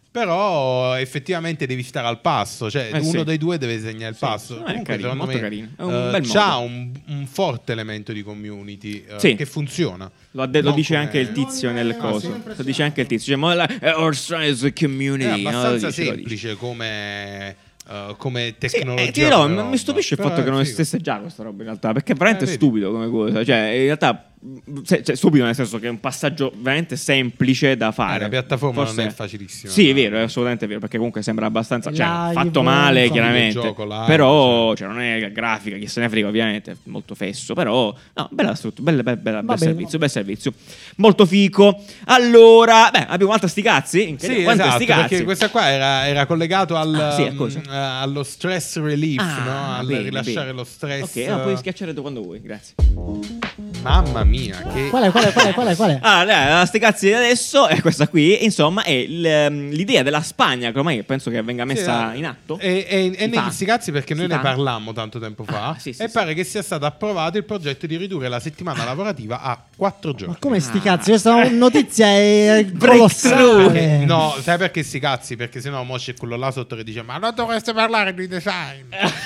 Però effettivamente devi stare al passo, cioè Eh, uno sì. dei due deve segnare il Sì, passo. sì, è Comunque, carino, secondo molto me, carino. È un eh, bel c'ha modo. un, un forte elemento di community eh, Sì. che funziona. Lo, ha de- lo Non dice come- anche il tizio Non nel è- coso. sempre Lo dice anche il tizio. Cioè, ma la- eh, our size È community. no? Lo abbastanza dice, lo dice. semplice come, eh, come Sì, tecnologia. eh, ti dirò, come m- roba. mi stupisce il Però fatto è che non figo. esistesse già questa roba in realtà, perché è veramente Eh, vedi. stupido come cosa. Cioè, in realtà, mh, se- cioè, stupido nel senso che è un passaggio veramente semplice da fare. Eh, la piattaforma Forse- non è facilissima. Sì, è vero, è assolutamente vero, perché comunque sembra abbastanza, cioè, Live, fatto male insomma. chiaramente, Videogioco live, però cioè, non è grafica, chi se ne frega ovviamente, è molto fesso, però no, bella struttura, bella, bella, bella, Va bel bene, servizio, bel servizio, molto fico. Allora, beh, abbiamo un'altra sti cazzi? Sì, Quante esatto, sti cazzi? perché questa qua era, era collegato al, Ah, sì, a cosa? mm, allo stress relief, Ah, no? Al bene, rilasciare bene. lo stress. Ok, no, puoi schiacciare tu quando vuoi, grazie. Mamma mia, che Qual è, qual è, qual è, qual è, qual è? Ah, la sti cazzi di adesso è questa qui, insomma, è il, ehm, l'idea della Spagna, che ormai penso che venga messa Sì, in atto. E, e, e Si fa. negli sti cazzi perché Si noi fa. ne parlammo tanto tempo fa Ah, sì, sì, e sì. pare che sia stato approvato il progetto di ridurre la settimana lavorativa a quattro giorni. Ma come sti Ah. cazzi? Questa notizia è Breakthrough. colossale. No, sai perché sti cazzi? Perché sennò mo c'è quello là sotto che dice ma non dovreste parlare di design.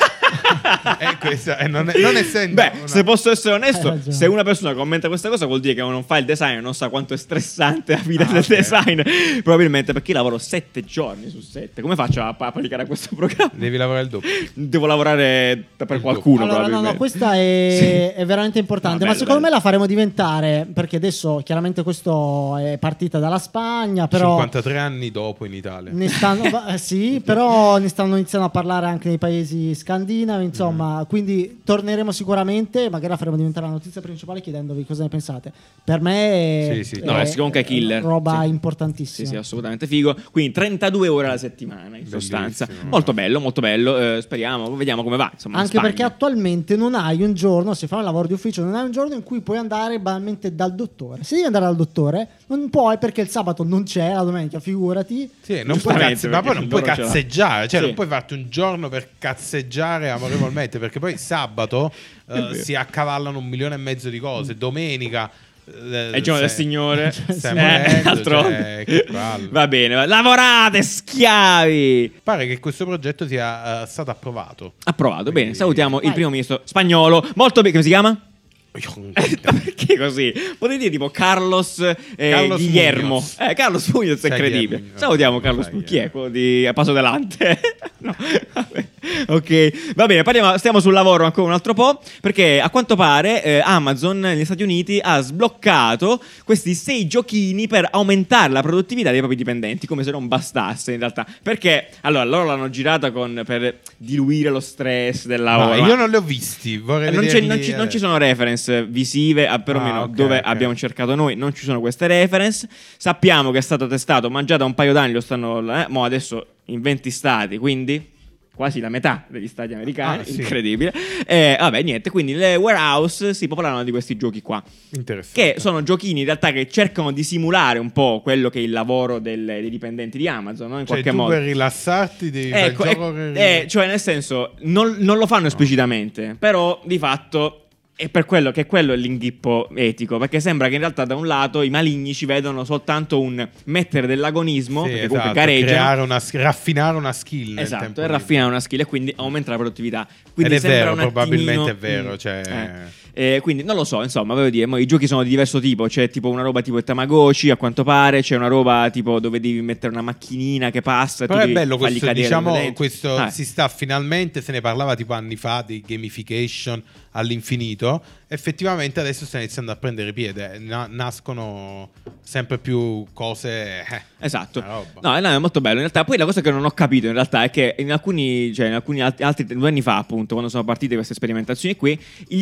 E questo e non, è, non essendo Beh, una- se posso essere Hai onesto, ragione. se una persona commenta questa cosa vuol dire che non fa il design, non sa quanto è stressante la vita Ah, del ok. design. Probabilmente perché io lavoro sette giorni su sette. Come faccio a a applicare a questo programma? devi lavorare il doppio. Devo lavorare per qualcuno. Allora, no, probabilmente. no, questa è, è veramente importante. No, ma bello, secondo bello. me la faremo diventare. Perché adesso chiaramente questo è partita dalla Spagna, però. cinquantatré anni dopo in Italia. Ne stanno, va- eh, sì, però ne stanno iniziando a parlare anche nei paesi scandinavi, insomma, Mm. quindi torneremo sicuramente, magari la faremo diventare la notizia principale chiedendovi cosa ne pensate. Per me Sì, sì. No, è comunque è killer. roba Sì. importantissima. Sì, sì, assolutamente figo. Quindi trentadue ore alla settimana in sostanza. Bellissimo. Molto bello, molto bello. Eh, speriamo, vediamo come va. Insomma, in Anche Spagna. perché attualmente non hai un giorno, se fai un lavoro di ufficio, non hai un giorno in cui puoi andare banalmente dal dottore. Se devi andare dal dottore, non puoi perché il sabato non c'è, la domenica figurati. Sì, non puoi Giustamente, cazze- ma perché poi non puoi loro ce l'ha. cazzeggiare, cioè Sì. non puoi farti un giorno per cazzeggiare amorevolmente, perché poi sabato eh, vero. si accavallano un milione e mezzo di cose, domenica eh, È il giorno del se- Signore. stai Eh, morendo, d'altronde. cioè, che palle. Va bene, va- lavorate, schiavi. Pare che questo progetto sia eh, stato approvato. Approvato. Bene, Quindi- salutiamo il Vai. primo ministro spagnolo. Molto bene. Come si chiama? Perché così? Potete dire tipo Carlos, eh, Carlos Guillermo. Muñoz. Eh, Carlos Muñoz è Sai chi è incredibile. Muñoz? Salutiamo Carlos Sai Muñoz. chi Chi è? è quello di a Paso Delante? No. Vabbè. Ok, va bene, parliamo, stiamo sul lavoro ancora un altro po', perché a quanto pare eh, Amazon negli Stati Uniti ha sbloccato questi sei giochini per aumentare la produttività dei propri dipendenti, come se non bastasse in realtà. Perché allora loro l'hanno girata con, per diluire lo stress del Ma lavoro. io non li ho visti, vorrei Non, c'è- vederli, non ci, non eh. ci sono reference visive, a perlomeno Ah, ok, dove ok. abbiamo cercato noi, non ci sono queste reference. Sappiamo che è stato testato, ma già da un paio d'anni lo stanno, eh, mo adesso in venti stati, quindi quasi la metà degli stati americani, Ah, sì. incredibile. E vabbè, niente, quindi le warehouse si popolano di questi giochi qua. Interessante. Che sono giochini in realtà che cercano di simulare un po' quello che è il lavoro del- dei dipendenti di Amazon, no? In Cioè, qualche tu modo. per rilassarti devi Ecco, fare il gioco eh, che- eh, cioè nel senso non, non lo fanno esplicitamente, però di fatto è per quello che quello è l'inghippo etico, perché sembra che in realtà da un lato i maligni ci vedono soltanto un mettere dell'agonismo, Sì, perché esatto, comunque gareggiano. creare una, raffinare una skill nel Esatto, tempo e libero. raffinare una skill e quindi aumenta la produttività. Quindi Ed è sembra vero, un attimino- probabilmente è vero, Mm, cioè- eh. Eh, quindi non lo so, insomma, voglio dire, mo i giochi sono di diverso tipo, c'è tipo una roba tipo il Tamagotchi, a quanto pare, c'è una roba tipo dove devi mettere una macchinina che passa e Però tu è devi bello fargli questo, cadere diciamo, dentro. questo Ah, si sta finalmente, se ne parlava tipo anni fa di gamification all'infinito, effettivamente adesso sta iniziando a prendere piede, na- nascono sempre più cose, eh, Esatto, una roba. no, no, è molto bello. In realtà, poi la cosa che non ho capito in realtà è che in alcuni, cioè in alcuni alt- altri due anni fa, appunto, quando sono partite queste sperimentazioni qui,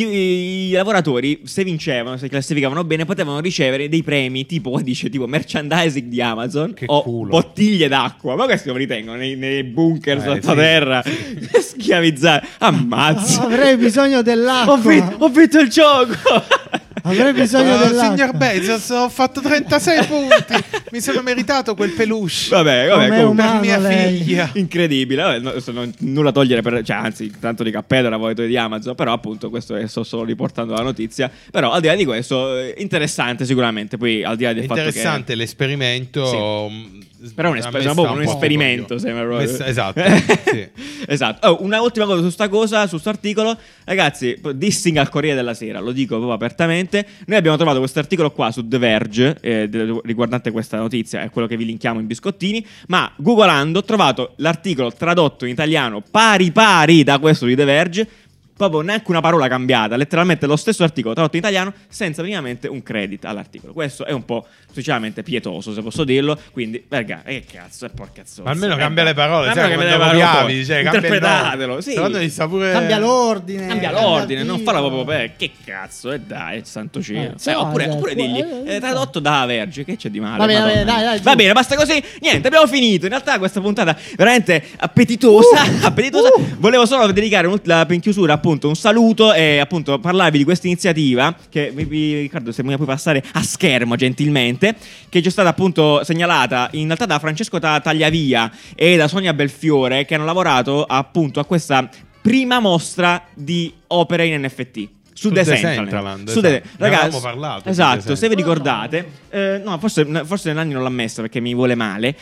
i, i lavoratori, se vincevano, se classificavano bene, potevano ricevere dei premi tipo, qua dice, tipo merchandising di Amazon Che o culo. bottiglie d'acqua. Ma questi lo ritengono nei, nei bunker Eh, sottoterra, schiavizzare. Ammazza. Avrei bisogno dell'acqua. Ho, vinto, ho vinto il gioco. Avrei bisogno Oh, dell'acqua. signor Bezos, ho fatto trentasei punti. Mi sono meritato quel peluche. Vabbè, vabbè, Com'è comunque, umano per mia lei. figlia. incredibile. Vabbè, no, adesso non- nulla togliere per, cioè, anzi, tanto di cappello era voluto di Amazon, però appunto questo è, sto solo riportando la notizia. Però al di là di questo, eh, interessante sicuramente. Poi al di là del È fatto che interessante l'esperimento. mh, però è un, a esper- me sembra sta proprio un po' esperimento, coglione. sembra proprio. Messa- esatto, sì. Esatto. Oh, una ultima cosa su sta cosa, su sto articolo. Ragazzi, dissing al Corriere della Sera, lo dico proprio apertamente. Noi abbiamo trovato questo articolo qua su The Verge, eh, de- riguardante questa notizia, è quello che vi linkiamo in biscottini, ma googolando ho trovato l'articolo tradotto in italiano pari pari da questo di The Verge. Proprio neanche una parola cambiata, letteralmente lo stesso articolo tradotto in italiano senza minimamente un credit all'articolo. Questo è un po' sinceramente pietoso, se posso dirlo. Quindi, raga, che cazzo, è porcazzo. Ma almeno cambia le parole, Ma sai, almeno quando cambia le parole, copiavi, cioè, cambia il nome. interpretatelo, sì. Secondo me sta pure... Cambia l'ordine. Cambia cambia l'ordine, il non titolo. farla proprio per che cazzo, e dai, santo cielo. Eh, Eh, so, oppure, cioè, oppure qua- digli, eh, eh, tradotto da Verge, che c'è di male? Va bene, va Madonna bene, dai, mia. dai, Va giù. bene, basta così. Niente, abbiamo finito. In realtà questa puntata veramente appetitosa, Uh, appetitosa. Volevo solo dedicare un- la- in chiusura appunto un saluto e appunto parlarvi di questa iniziativa che vi, vi Riccardo, se mi puoi passare a schermo gentilmente, che ci è stata appunto segnalata in realtà da Francesco Ta- Tagliavia e da Sonia Belfiore, che hanno lavorato appunto a questa prima mostra di opere in N F T. Su, Su Decentraland. Decentraland, Su esatto. De- Ne ragazzi, avevamo parlato di esatto, Decentraland. se vi ricordate, eh, no, forse, forse Nanni non l'ha messa perché mi vuole male.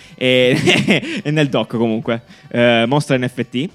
E è nel doc comunque. Eh, mostra N F T.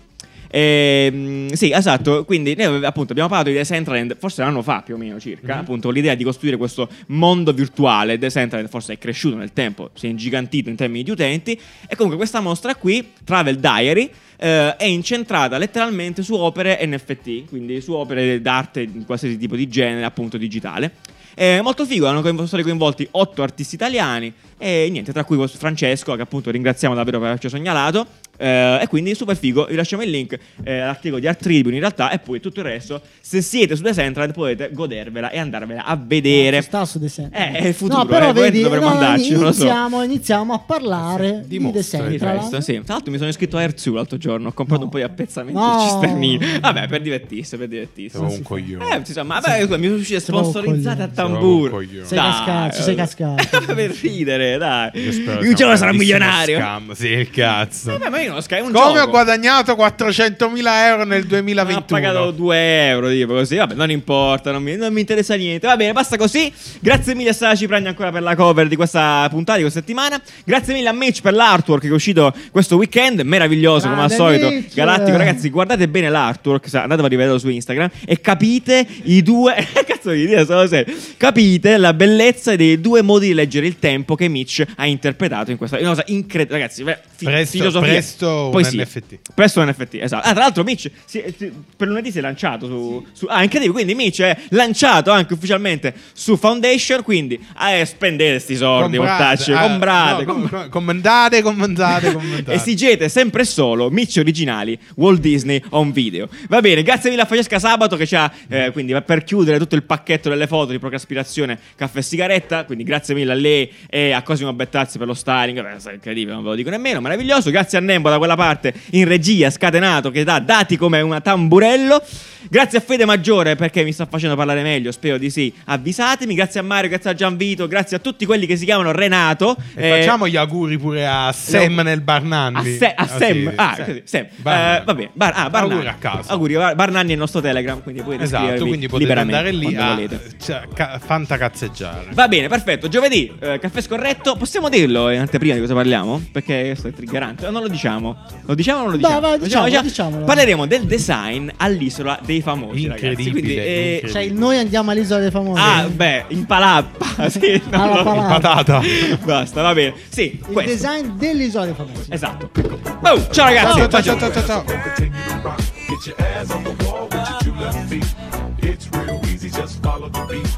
Ehm, sì, esatto. Quindi noi appunto abbiamo parlato di Decentraland forse un anno fa più o meno circa. Mhm. Appunto l'idea di costruire questo mondo virtuale. Decentraland forse è cresciuto nel tempo, si è ingigantito in termini di utenti. E comunque questa mostra qui, Travel Diary, eh, è incentrata letteralmente su opere N F T, quindi su opere d'arte di qualsiasi tipo di genere, appunto digitale. È molto figo, hanno coinvol- stati coinvolti otto artisti italiani e niente, tra cui Francesco, che appunto ringraziamo davvero per averci segnalato. Eh, e quindi super figo, vi lasciamo il link eh, all'articolo di Art Tribune in realtà, e poi tutto il resto, se siete su Decentraland potete godervela e andarvela a vedere. Non sta su Decentraland. Eh, è il futuro, No, però eh, vedi, dovremmo no, andarci, non lo so. iniziamo, iniziamo a parlare Di di, mostre, Sì, Decentraland. presto, sì. Tra l'altro mi sono iscritto a Airzu l'altro giorno, ho comprato No. un po' di appezzamenti No. cisternini. Vabbè, per divertirsi, per divertirsi. Siamo un coglione. Eh, insomma, vabbè, scusa, mi sono uscite Siamo un sponsorizzate a coglione. tamburo. Siamo un coglione. Sei Dai, cascato, sei eh. cascato. Per ridere, dai. Io spero Un sia giorno un sarò grandissimo milionario. scam. Sì, il cazzo. Vabbè, ma io non lo scam, è un Come gioco. ho guadagnato quattrocentomila euro nel Ho duemilaventuno? pagato due euro, tipo così. Vabbè, non importa, non mi, non mi interessa niente. Va bene, basta così. Grazie mille a Sara Cipragna ancora per la cover di questa puntata, di questa settimana. Grazie mille a Mitch per l'artwork che è uscito questo weekend. Meraviglioso, come al Grande solito. Mitch. Galattico, ragazzi, guardate bene l'artwork. sa- Andatelo a rivederlo su Instagram e capite i due. Cazzo di dire, solo se capite la bellezza dei due modi di leggere il tempo che Mitch ha interpretato in questa. Una cosa incredibile, ragazzi. beh, fi- Presto- filosofia. presto Poi un sì. N F T. Presto un N F T, esatto. Ah, tra l'altro Mitch si- si- per lunedì si è lanciato su, su ah, incredibile, quindi Mitch è lanciato anche ufficialmente su Foundation, quindi eh, spendete sti soldi, mortacci, ah, comprate, no, com- compra- com- commentate, commentate, commentate. esigete sempre solo Mitch originali Walt Disney on video. Va bene, grazie mille a Francesca Sabato che ci ha eh, quindi per chiudere tutto il pacchetto delle foto di Procraspirazione Caffè e Sigaretta, quindi grazie mille a lei e a Cosimo Bettazzi per lo styling. Beh, è incredibile, non ve lo dico nemmeno, meraviglioso. Grazie a Nembo da quella parte in regia scatenato che dà dati come una tamburello. Grazie a Fede Maggiore perché mi sta facendo parlare meglio, spero di sì. Avvisatemi. Grazie a Mario, grazie a Gianvito, grazie a tutti quelli che si chiamano Renato. E Eh, facciamo gli auguri pure a Sam nel Barnanni. a, Se- a Ah, Sam, sì, ah, Sam. così, Sam. Barnanni. Eh, va bene, Bar- ah, Barnanni. Auguri a caso. Auguri, Bar- Barnanni è il nostro Telegram, quindi potete Esatto, scrivervi quindi potete liberamente andare lì quando a volete. cioè, ca- fantacazzeggiare. Va bene, perfetto. Giovedì, eh, caffè scorretto. Possiamo dirlo in anteprima di cosa parliamo? Perché questo è triggerante. O non lo diciamo? Lo diciamo o non lo diciamo? vai, Lo diciamolo, diciamolo. Parleremo del design all'isola dei famosi, ragazzi. Incredibile, Quindi, eh, incredibile. Cioè, noi andiamo all'isola dei famosi. ah, beh, in palappa. Sì, non Alla lo- palappa. Patata. Basta, va bene. Sì, Il questo. design dell'isola dei famosi. Esatto. Oh, ciao ragazzi. Ciao, ciao, Bacio. ciao, ciao, ciao, ciao. Continue to rock. Get your ass on the wall with your two left feet. It's real easy, just follow the beat.